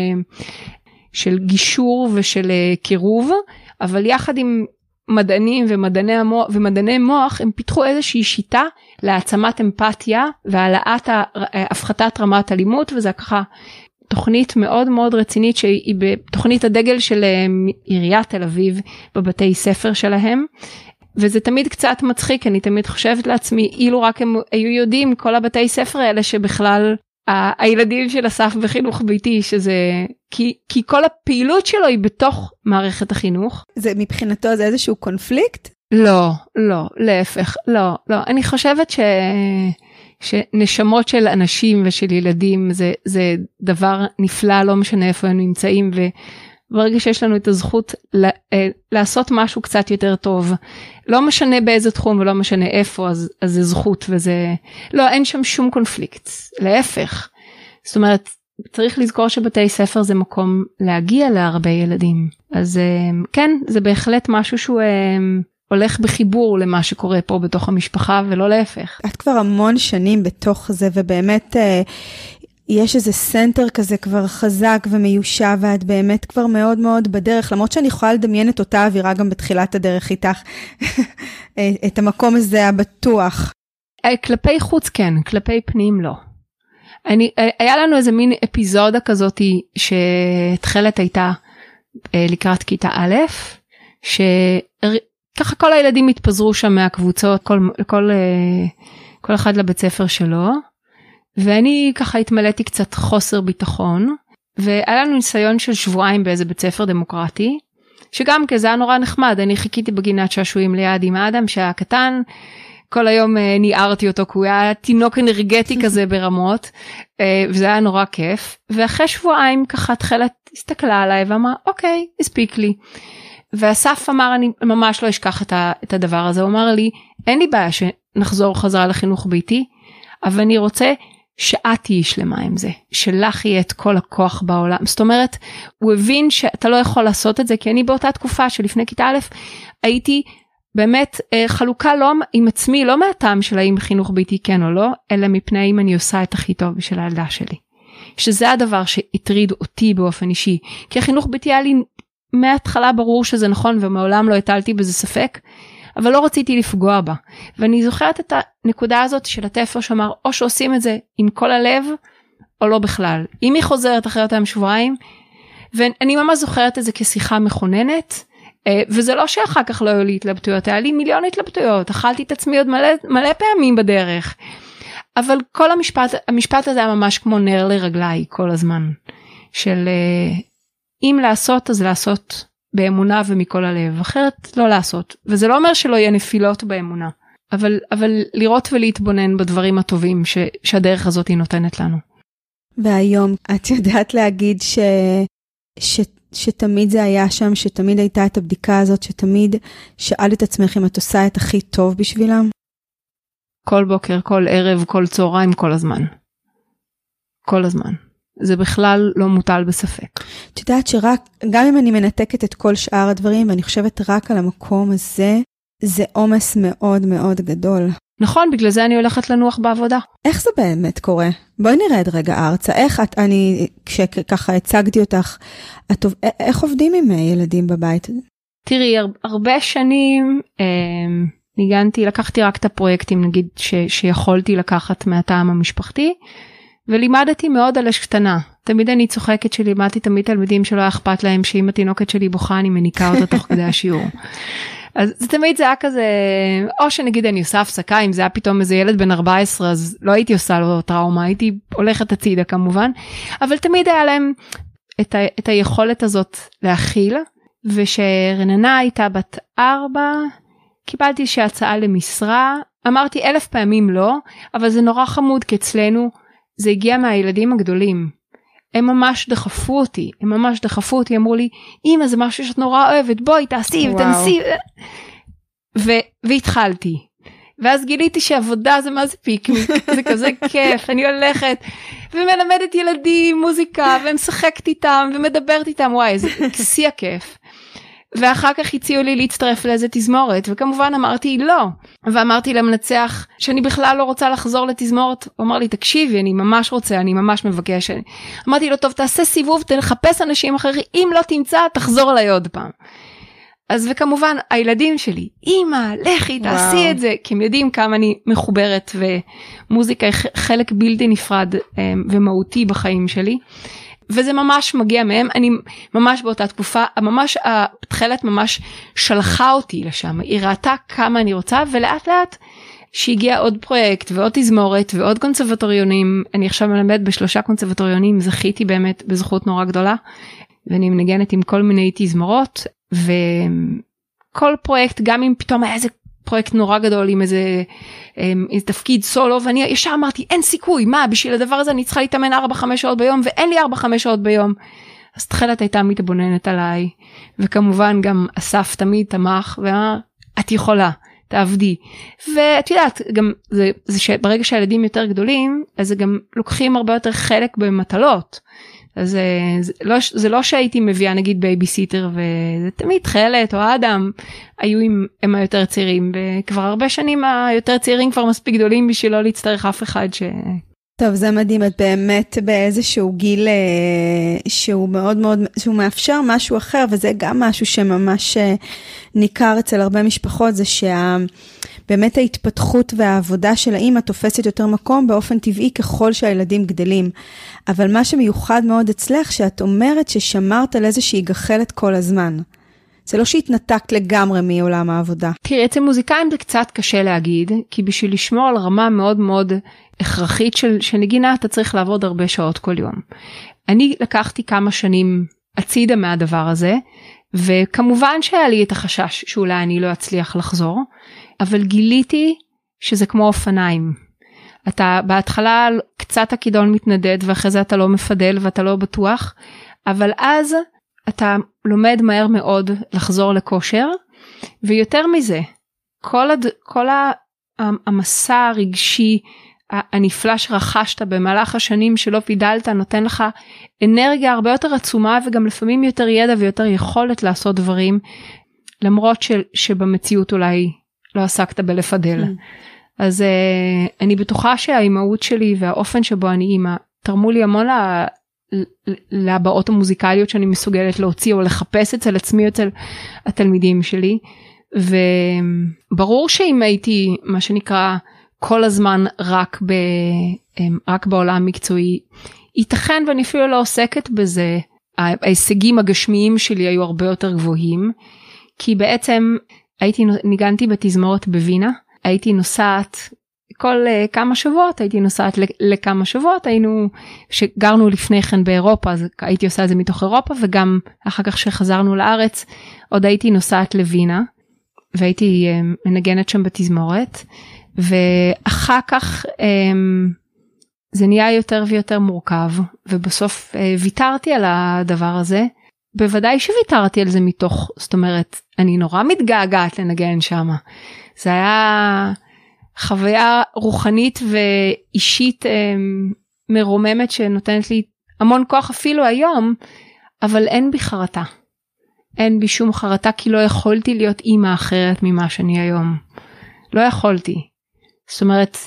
B: של גישור ושל קירוב, אבל יחד עם מדענים ומדעני מוח, הם פיתחו איזושהי שיטה להעצמת אמפתיה והעלאת הפחתת רמת אלימות, וזה ככה תוכנית מאוד מאוד רצינית שהיא בתוכנית הדגל של עיריית תל אביב בבתי ספר שלהם, וזה תמיד קצת מצחיק, אני תמיד חושבת לעצמי, אילו רק הם היו יודעים כל הבתי ספר האלה שבכלל הילדים של אסף בחינוך ביתי, שזה, כי כל הפעילות שלו היא בתוך מערכת החינוך.
A: זה מבחינתו זה איזשהו קונפליקט?
B: לא, להפך, לא. אני חושבת שנשמות של אנשים ושל ילדים זה דבר נפלא, לא משנה איפה הם נמצאים, וברגע שיש לנו את הזכות לעשות משהו קצת יותר טוב, לא משנה באיזה תחום ולא משנה איפה, אז זה זכות וזה, לא, אין שם שום קונפליקט, להפך. זאת אומרת, צריך לזכור שבתי ספר זה מקום להגיע להרבה ילדים. אז כן, זה בהחלט משהו שהוא הולך בחיבור למה שקורה פה בתוך המשפחה ולא להפך.
A: את כבר המון שנים בתוך זה, ובאמת יש איזה סנטר כזה כבר חזק ומיושב, ואת באמת כבר מאוד מאוד בדרך, למרות שאני יכולה לדמיין את אותה אווירה גם בתחילת הדרך איתך, את המקום הזה הבטוח.
B: כלפי חוץ כן, כלפי פנים לא. היה לנו איזה מין אפיזודה כזאת שתחילת הייתה לקראת כיתה א', שככה כל הילדים התפזרו שם מהקבוצות, כל אחד לבית ספר שלו, ואני ככה התמלאתי קצת חוסר ביטחון, והיה לנו ניסיון של שבועיים באיזה בית ספר דמוקרטי, שגם כזה היה נורא נחמד, אני חיכיתי בגינת שעשועים ליד עם האדם שהיה קטן, כל היום ניערתי אותו, כי הוא היה תינוק אנרגטי כזה ברמות, וזה היה נורא כיף, ואחרי שבועיים ככה תחילת הסתכלה עליי ואמרה, אוקיי, הספיק לי. ואסף אמר, אני ממש לא אשכח את הדבר הזה, הוא אמר לי, אין לי בעיה שנחזור חזרה לחינוך ביתי, אבל אני רוצה שאת תהיי שלמה עם זה, שלך יהיה את כל הכוח בעולם. זאת אומרת, הוא הבין שאתה לא יכול לעשות את זה, כי אני באותה תקופה שלפני כיתה א', הייתי באמת חלוקה לא עם עצמי, לא מהטעם של האם חינוך ביתי כן או לא, אלא מפני האם אני עושה את הכי טוב בשביל הילדה שלי. שזה הדבר שהטריד אותי באופן אישי, כי החינוך ביתי היה לי מההתחלה ברור שזה נכון, ומעולם לא הטלתי בזה ספק, אבל לא רציתי לפגוע בה. ואני זוכרת את הנקודה הזאת של התפר שאמר, או שעושים את זה עם כל הלב, או לא בכלל. אם היא חוזרת אחרי אותם שבועיים, ואני ממש זוכרת את זה כשיחה מכוננת, וזה לא שאחר כך לא היו לי התלבטויות, היה לי מיליון התלבטויות, אכלתי את עצמי עוד מלא פעמים בדרך. אבל כל המשפט הזה היה ממש כמו נר לרגליי כל הזמן, של אם לעשות, אז לעשות באמונה ומכל הלב, אחרת לא לעשות. וזה לא אומר שלא יהיה נפילות באמונה, אבל לראות ולהתבונן בדברים הטובים שהדרך הזאת היא נותנת לנו.
A: והיום את יודעת להגיד שתמיד זה היה שם, שתמיד הייתה את הבדיקה הזאת, שתמיד שאלת את עצמך אם את עושה את הכי טוב בשבילם?
B: כל בוקר, כל ערב, כל צהריים, כל הזמן. כל הזמן. זה בכלל לא מוטל בספק.
A: את יודעת שרק, גם אם אני מנתקת את כל שאר הדברים, ואני חושבת רק על המקום הזה, זה עומס מאוד מאוד גדול.
B: נכון, בגלל זה אני הולכת לנוח בעבודה.
A: איך זה באמת קורה? בואי נרד רגע ארצה. איך כשככה הצגתי אותך, איך עובדים עם ילדים בבית?
B: תראי, הרבה שנים לקחתי רק את הפרויקטים, נגיד, שיכולתי לקחת מהטעם המשפחתי, ולימדתי מאוד על אש קטנה. תמיד אני צוחקת שלימדתי תמיד תלמידים שלא היה אכפת להם, שאם התינוקת שלי בוכה, אני מניקה אותה תוך כדי השיעור. אז זה תמיד זה היה כזה, או שנגיד אני עושה הפסקה, אם זה היה פתאום איזה ילד בן 14, אז לא הייתי עושה לו טראומה, הייתי הולכת הצידה כמובן, אבל תמיד היה להם את היכולת הזאת להכיל, ושרננה הייתה בת 4, קיבלתי שהצעה למשרה, אמרתי 1000 פעמים לא, אבל זה נורא חמוד, כי אצלנו זה הגיע מהילדים הגדולים. הם ממש דחפו אותי, אמרו לי, אמא זה משהו שאת נורא אוהבת, בואי תעשי ותנסי. והתחלתי. ואז גיליתי שעבודה זה מה זה פיקניק, זה כזה כיף, אני הולכת ומלמדת ילדים מוזיקה, ומשחקת איתם ומדברת איתם, וואי, זה שיא הכיף. ואחר כך הציעו לי להצטרף לאיזה תזמורת, וכמובן אמרתי לא, ואמרתי למנצח שאני בכלל לא רוצה לחזור לתזמורת, הוא אמר לי תקשיבי, אני ממש רוצה, אני ממש מבקש. אמרתי לו טוב, תעשה סיבוב, תחפש אנשים אחרים, אם לא תמצא תחזור אליי עוד פעם. אז וכמובן הילדים שלי, אמא, לכי, תעשי את זה, כי הם יודעים כמה אני מחוברת, ומוזיקה היא חלק בלתי נפרד ומהותי בחיים שלי, וזה ממש מגיע מהם. אני ממש באותה תקופה, ממש התחלת ממש שלחה אותי לשם, היא ראתה כמה אני רוצה, ולאט לאט שהגיע עוד פרויקט ועוד תזמורת ועוד קונסרבטוריונים, אני עכשיו מלמד ב3 קונסרבטוריונים, זכיתי באמת בזכות נורא גדולה, ואני מנגנת עם כל מיני תזמורות, וכל פרויקט, גם אם פתאום היה איזה פרויקט נורא גדול עם איזה תפקיד סולו, ואני ישר אמרתי, אין סיכוי, מה, בשביל הדבר הזה אני צריכה להתאמן 4-5 שעות ביום, ואין לי 4-5 שעות ביום. אז תחילת הייתה מתבוננת עליי, וכמובן גם אסף תמיד תמך, ואמר, את יכולה, תעבדי. ואת יודעת, גם זה שברגע שהילדים יותר גדולים, אז זה גם לוקחים הרבה יותר חלק במטלות. אז זה לא שהייתי מביאה נגיד בייביסיטר, וזה תמיד חלת או אדם היו הם היותר צעירים, וכבר הרבה שנים היותר צעירים כבר מספיק גדולים בשביל לא להצטרך אף אחד
A: טוב, זה מדהים, את באמת באיזשהו גיל שהוא מאוד מאוד, שהוא מאפשר משהו אחר, וזה גם משהו שממש ניכר אצל הרבה משפחות, זה באמת ההתפתחות והעבודה של האמא תופסת יותר מקום באופן טבעי ככל שהילדים גדלים. אבל מה שמיוחד מאוד אצלך, שאת אומרת ששמרת על איזושהי גחלת כל הזמן. זה לא שהתנתקת לגמרי מעולם העבודה.
B: תראי, אצל מוזיקאים זה קצת קשה להגיד, כי בשביל לשמור על רמה מאוד מאוד הכרחית של נגינה, אתה צריך לעבוד הרבה שעות כל יום. אני לקחתי כמה שנים הצידה מהדבר הזה, וכמובן שהיה לי את החשש שאולי אני לא אצליח לחזור, אבל גיליתי שזה כמו אופניים. אתה בהתחלה קצת הכידון מתנדד, ואחרי זה אתה לא מפדל ואתה לא בטוח, אבל אז אתה לומד מהר מאוד לחזור לכושר, ויותר מזה, כל המסע הרגשי הנפלא שרכשת במהלך השנים שלא פידלת, נותן לך אנרגיה הרבה יותר עצומה, וגם לפעמים יותר ידע ויותר יכולת לעשות דברים, למרות שבמציאות אולי לא עסקת בלפדל. אז אני בטוחה שהאימהות שלי והאופן שבו אני אימא, תרמו לי המון להבאות המוזיקליות שאני מסוגלת להוציא או לחפש אצל עצמי, אצל התלמידים שלי. וברור שאם הייתי מה שנקרא כל הזמן רק בעולם המקצועי, ייתכן ואני אפילו לא עוסקת בזה, ההישגים הגשמיים שלי היו הרבה יותר גבוהים, כי בעצם ניגנתי בתזמורת בווינה, הייתי נוסעת כל כמה שבועות, הייתי נוסעת לכמה שבועות, שגרנו לפני כן באירופה, אז הייתי עושה את זה מתוך אירופה, וגם אחר כך שחזרנו לארץ, עוד הייתי נוסעת לווינה, והייתי מנגנת שם בתזמורת, ואחר כך זה נהיה יותר ויותר מורכב, ובסוף ויתרתי על הדבר הזה, בוודאי שוויתרתי על זה מתוך, זאת אומרת, אני נורא מתגעגעת לנגן שם, זה היה חוויה רוחנית ואישית מרוממת שנותנת לי המון כוח אפילו היום, אבל אין בי חרטה. אין בי שום חרטה, כי לא יכולתי להיות אימא אחרת ממה שאני היום. לא יכולתי. זאת אומרת,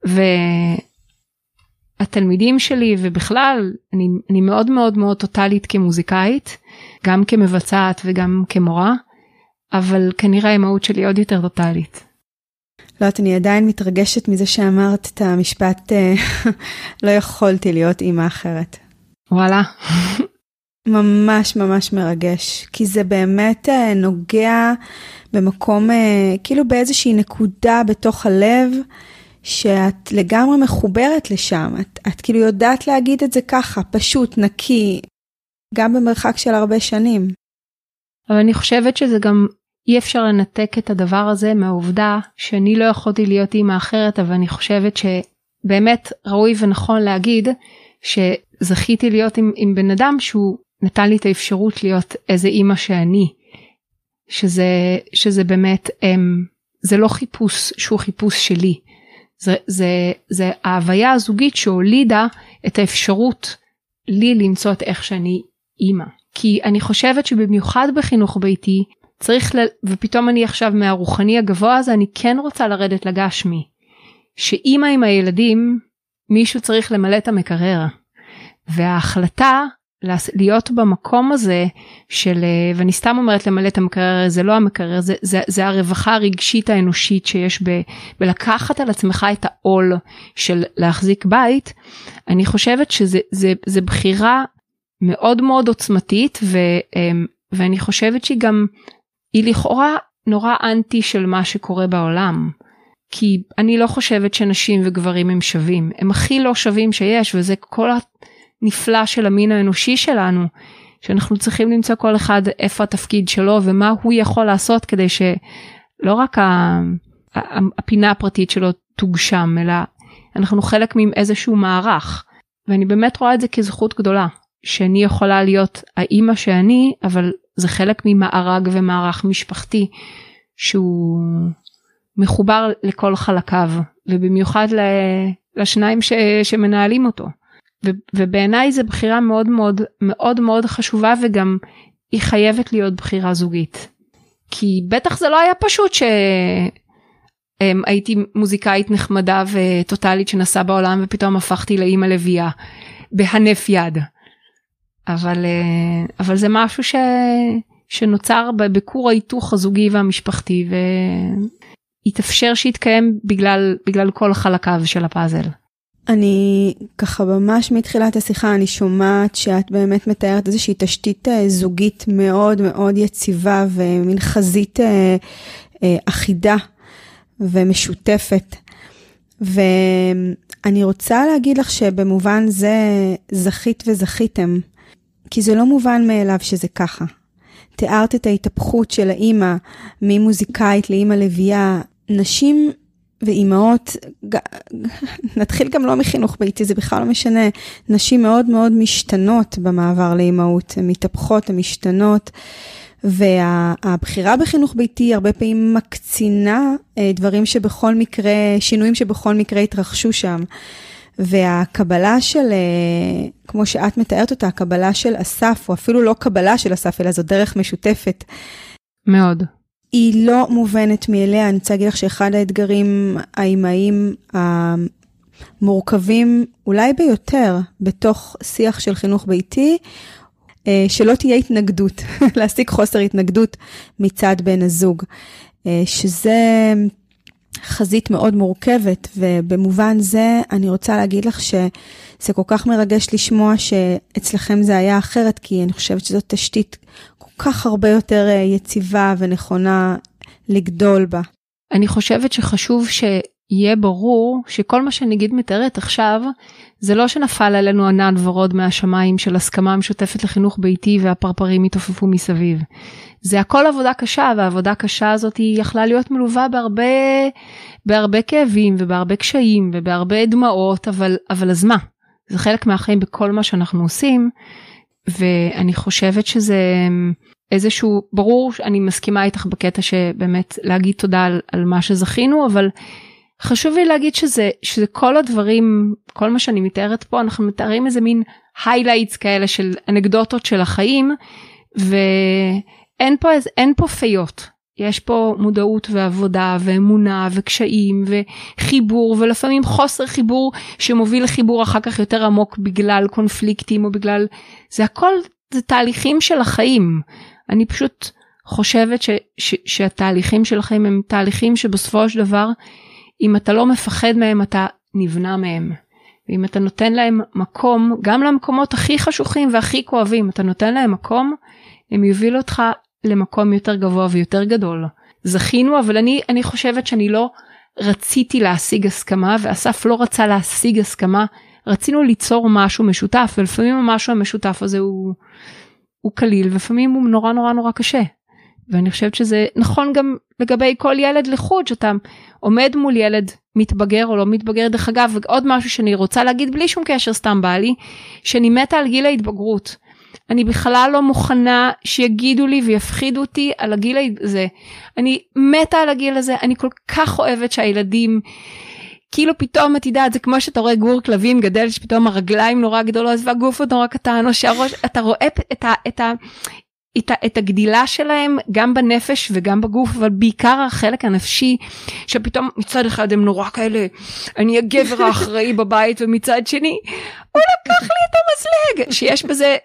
B: והתלמידים שלי ובכלל, אני מאוד מאוד מאוד טוטלית כמוזיקאית, גם כמבצעת וגם כמורה, אבל כנראה האימהות שלי עוד יותר טוטלית.
A: לא, אני עדיין מתרגשת מזה שאמרת את המשפט, לא יכולתי להיות אימא אחרת.
B: וואלה.
A: ממש ממש מרגש, כי זה באמת נוגע במקום, כאילו באיזושהי נקודה בתוך הלב, שאת לגמרי מחוברת לשם, את כאילו יודעת להגיד את זה ככה, פשוט, נקי, גם במרחק של הרבה שנים.
B: אבל אני חושבת שזה גם אי אפשר לנתק את הדבר הזה מהעובדה שאני לא יכולתי להיות אימא אחרת, אבל אני חושבת שבאמת ראוי ונכון להגיד שזכיתי להיות עם בן אדם שהוא נתן לי את האפשרות להיות איזה אימא שאני, שזה באמת, זה לא חיפוש שהוא חיפוש שלי, זה ההוויה הזוגית שהולידה את האפשרות לי למצוא את איך שאני אימא. כי אני חושבת שבמיוחד בחינוך ביתי, צריך ופתאום אני עכשיו מהרוחני הגבוה הזה, אני כן רוצה לרדת לגשמי. שאימא עם הילדים, מישהו צריך למלא את המקרר. וההחלטה להיות במקום הזה של, ואני סתם אומרת למלא את המקרר, זה לא המקרר, זה הרווחה הרגשית האנושית שיש בלקחת על עצמך את העול של להחזיק בית. אני חושבת שזה בחירה מאוד מאוד עוצמתית, ואני חושבת שהיא גם, היא לכאורה נורא אנטי של מה שקורה בעולם. כי אני לא חושבת שנשים וגברים הם שווים, הם הכי לא שווים שיש, וזה כל הנפלא של המין האנושי שלנו, שאנחנו צריכים למצוא כל אחד איפה התפקיד שלו, ומה הוא יכול לעשות כדי שלא רק הפינה הפרטית שלו תוגשם, אלא אנחנו חלק מאיזשהו מערך, ואני באמת רואה את זה כזכות גדולה, שאני יכולה להיות האימא שאני, אבל זה חלק ממארג ומערך משפחתי, שהוא מחובר לכל חלקיו, ובמיוחד לשניים שמנהלים אותו. ובעיניי זה בחירה מאוד מאוד מאוד מאוד חשובה, וגם היא חייבת להיות בחירה זוגית. כי בטח זה לא היה פשוט שהייתי מוזיקאית נחמדה וטוטלית שנסעה בעולם, ופתאום הפכתי לאמא לביאה, בהנף יד. אבל זה משהו שנוצר בביקור ההיתוך הזוגי והמשפחתי, והתאפשר שיתקיים בגלל כל חלקיו של הפאזל.
A: אני ככה ממש מתחילת השיחה, אני שומעת שאת באמת מתארת איזושהי תשתית זוגית מאוד מאוד יציבה, ומין חזית אחידה ומשותפת. ואני רוצה להגיד לך שבמובן זה זכית וזכיתם, כי זה לא מובן מאליו שזה ככה. תיארת את ההתהפכות של האימא ממוזיקאית לאימא לביאה. נשים ואימהות, נתחיל גם לא מחינוך ביתי, זה בכלל לא משנה. נשים מאוד מאוד משתנות במעבר לאימהות, הן מתהפכות, הן משתנות, והבחירה בחינוך ביתי הרבה פעמים מקצינה דברים שבכל מקרה, שינויים שבכל מקרה התרחשו שם. והקבלה של, כמו שאת מתארת אותה, הקבלה של אסף, או אפילו לא קבלה של אסף, אלא זו דרך משותפת.
B: מאוד.
A: היא לא מובנת מאליה. אני רוצה להגיד לך שאחד האתגרים האימהיים המורכבים, אולי ביותר, בתוך שיח של חינוך ביתי, שלא תהיה התנגדות, להשיג חוסר התנגדות מצד בן הזוג. שזה חזית מאוד מורכבת, ובמובן זה אני רוצה להגיד לך שזה כל כך מרגש לשמוע שאצלכם זה היה אחרת, כי אני חושבת שזאת תשתית כל כך הרבה יותר יציבה ונכונה לגדול בה.
B: אני חושבת שחשוב שיהיה ברור שכל מה שנגיד מתארת עכשיו, זה לא שנפל עלינו ענן ורוד מהשמיים של הסכמה משותפת לחינוך ביתי והפרפרים התעופפו מסביב. זה הכל עבודה קשה, והעבודה הקשה הזאת היא יכלה להיות מלווה בהרבה כאבים ובהרבה קשיים ובהרבה דמעות, אבל אז מה? זה חלק מהחיים בכל מה שאנחנו עושים, ואני חושבת שזה איזשהו, ברור שאני מסכימה איתך בקטע שבאמת להגיד תודה על מה שזכינו, אבל חשוב לי להגיד שזה כל הדברים, כל מה שאני מתארת פה, אנחנו מתארים איזה מין highlights כאלה של אנקדוטות של החיים, אין פה פיות. יש פה מודעות ועבודה ואמונה וקשיים וחיבור, ולפעמים חוסר חיבור שמוביל לחיבור אחר כך יותר עמוק בגלל קונפליקטים או בגלל, זה הכל, זה תהליכים של החיים. אני פשוט חושבת שהתהליכים של החיים הם תהליכים שבסופו של דבר, אם אתה לא מפחד מהם, אתה נבנה מהם. ואם אתה נותן להם מקום, גם למקומות הכי חשוכים והכי כואבים, אתה נותן להם מקום, הם יובילו אותך למקום יותר גבוה ויותר גדול. זכינו, אבל אני חושבת שאני לא רציתי להשיג הסכמה, ואסף לא רצה להשיג הסכמה, רצינו ליצור משהו משותף, ולפעמים המשהו המשותף הזה הוא קליל, ולפעמים הוא נורא נורא נורא קשה. ואני חושבת שזה נכון גם לגבי כל ילד לחוד, שאתה עומד מול ילד מתבגר או לא מתבגר. דרך אגב, ועוד משהו שאני רוצה להגיד בלי שום קשר, סתם בא לי, שאני מתה על גיל ההתבגרות. אני בכלל לא מוכנה שיגידו לי ויפחידו אותי על הגיל הזה. אני מתה על הגיל הזה, אני כל כך אוהבת שהילדים, כאילו פתאום את יודעת, זה כמו שאתה רואה גור כלבים גדל, שפתאום הרגליים נורא גדולות והגוף עוד נורא קטן, או שהראש, אתה רואה את הגדילה שלהם גם בנפש וגם בגוף, אבל בעיקר החלק הנפשי, שפתאום מצד אחד הם נורא כאלה, אני הגבר האחראי בבית, ומצד שני, הוא לקח לי את המזלג, שיש בזה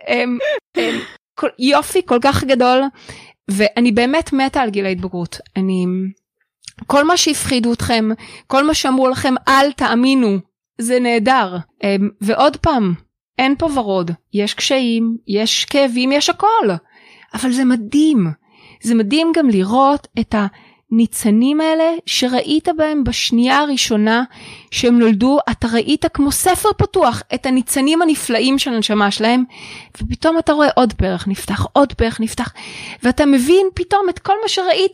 B: יופי כל כך גדול, ואני באמת מתה על גיל ההתבגרות. כל מה שהפחידו אתכם, כל מה שאמרו לכם, אל תאמינו, זה נהדר. ועוד פעם, אין פה ורוד, יש קשיים, יש כאבים, יש הכל. אבל זה מדהים. זה מדהים גם לראות את הניצנים האלה שראית בהם בשנייה הראשונה שהם נולדו. אתה ראית כמו ספר פתוח את הניצנים הנפלאים של הנשמה שלהם, ופתאום אתה רואה עוד פרח נפתח, עוד פרח נפתח, ואתה מבין פתאום את כל מה שראית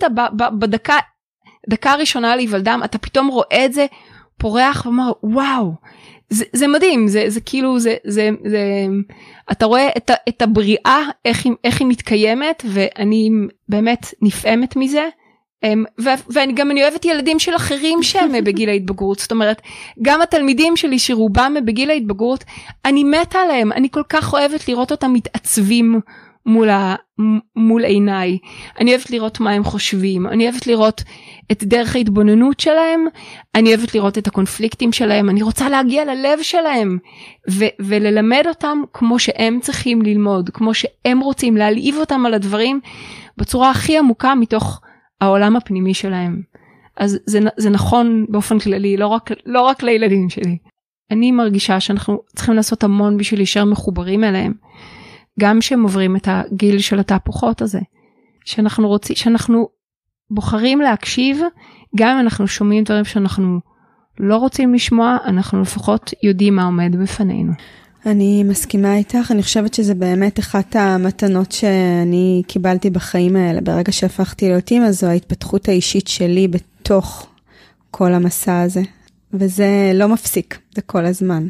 B: דקה הראשונה להיוולדם, אתה פתאום רואה את זה פורח ואומר וואו, זה מדהים, זה כאילו, אתה רואה את הבריאה, איך היא מתקיימת, ואני באמת נפעמת מזה, ואני גם אוהבת ילדים של אחרים שהם בגיל ההתבגרות, זאת אומרת, גם התלמידים שלי שרובם בגיל ההתבגרות, אני מתה עליהם, אני כל כך אוהבת לראות אותם מתעצבים מול עיניי, אני אוהבת לראות מה הם חושבים, אני אוהבת לראות את דרך ההתבוננות שלהם, אני אוהבת לראות את הקונפליקטים שלהם, אני רוצה להגיע ללב שלהם, וללמד אותם כמו שהם צריכים ללמוד, כמו שהם רוצים להלהיב אותם על הדברים, בצורה הכי עמוקה מתוך העולם הפנימי שלהם. אז זה נכון באופן כללי, לא רק לילדים שלי. אני מרגישה שאנחנו צריכים לעשות המון בשביל להישאר מחוברים אליהם, גם שהם עוברים את הגיל של התהפוכות הזה, שאנחנו בוחרים להקשיב, גם אם אנחנו שומעים דברים שאנחנו לא רוצים לשמוע, אנחנו לפחות יודעים מה עומד בפנינו.
A: אני מסכימה איתך, אני חושבת שזה באמת אחת המתנות שאני קיבלתי בחיים האלה, ברגע שהפכתי להיות אימא, זו ההתפתחות האישית שלי בתוך כל המסע הזה, וזה לא מפסיק, זה כל הזמן.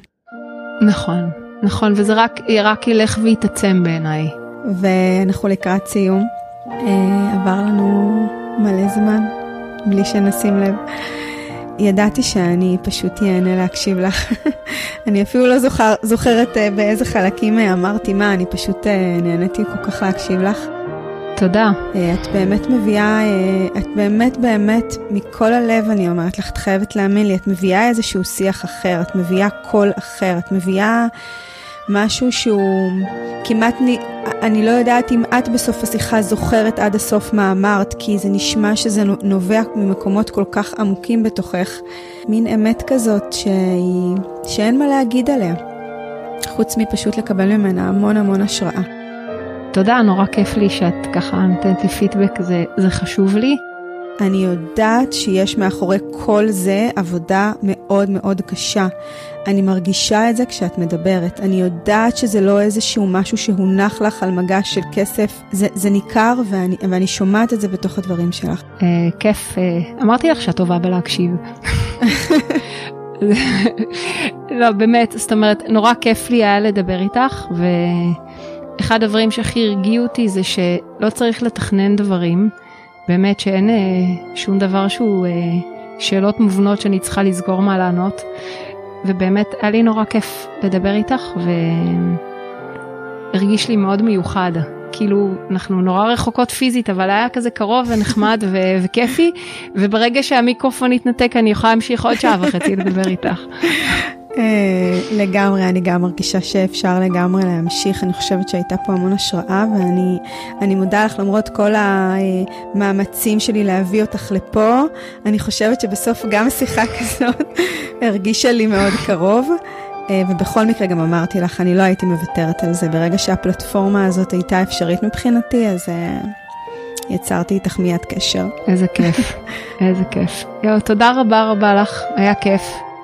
B: נכון, וזה רק ילך ויתעצם בעיניי.
A: ואנחנו לקראת סיום, עבר לנו מלא זמן, בלי שנשים לב. ידעתי שאני פשוט יענה להקשיב לך. אני אפילו לא זוכרת באיזה חלקים אמרתי מה, אני פשוט נהניתי כל כך להקשיב לך.
B: תודה.
A: את באמת מביאה, את באמת מכל הלב אני אומרת לך, את חייבת להאמין לי, את מביאה איזשהו שיח אחר, את מביאה קול אחר, את מביאה משהו שהוא כמעט, אני לא יודעת אם את בסוף השיחה זוכרת עד הסוף מה אמרת, כי זה נשמע שזה נובע ממקומות כל כך עמוקים בתוכך, מין אמת כזאת שאין מה להגיד עליה, חוץ מפשוט לקבל ממנה המון השראה.
B: תודה, נורא כיף לי שאת ככה נתנת לי פידבק, זה חשוב לי.
A: אני יודעת שיש מאחורי כל זה עבודה מאוד קשה. אני מרגישה את זה כשאת מדברת. אני יודעת שזה לא איזשהו משהו שהונח לך על מגש של כסף. זה ניכר ואני שומעת את זה בתוך הדברים שלך.
B: כיף. אמרתי לך שאת טובה בלהקשיב. לא, באמת, זאת אומרת, נורא כיף לי היה לדבר איתך, ואחד הדברים שהכי הרגיעו אותי זה שלא צריך לתכנן דברים, באמת שאין שום דבר שהוא שאלות מובנות שאני צריכה לסגור מה לענות, ובאמת היה לי נורא כיף לדבר איתך, והרגיש לי מאוד מיוחד, כאילו אנחנו נורא רחוקות פיזית, אבל היה כזה קרוב ונחמד וכיפי, וברגע שהמיקרופון יתנתק אני יכולה להמשיך עוד שעה וחצי לדבר איתך.
A: לגמרי, אני גם מרגישה שאפשר לגמרי להמשיך, אני חושבת שהייתה פה המון השראה, ואני מודה לך למרות כל המאמצים שלי להביא אותך לפה, אני חושבת שבסוף גם שיחה כזאת הרגישה לי מאוד קרוב, ובכל מקרה גם אמרתי לך, אני לא הייתי מוותרת על זה, ברגע שהפלטפורמה הזאת הייתה אפשרית מבחינתי, אז יצרתי איתך מיד קשר.
B: איזה כיף, איזה כיף. תודה רבה לך, היה כיף.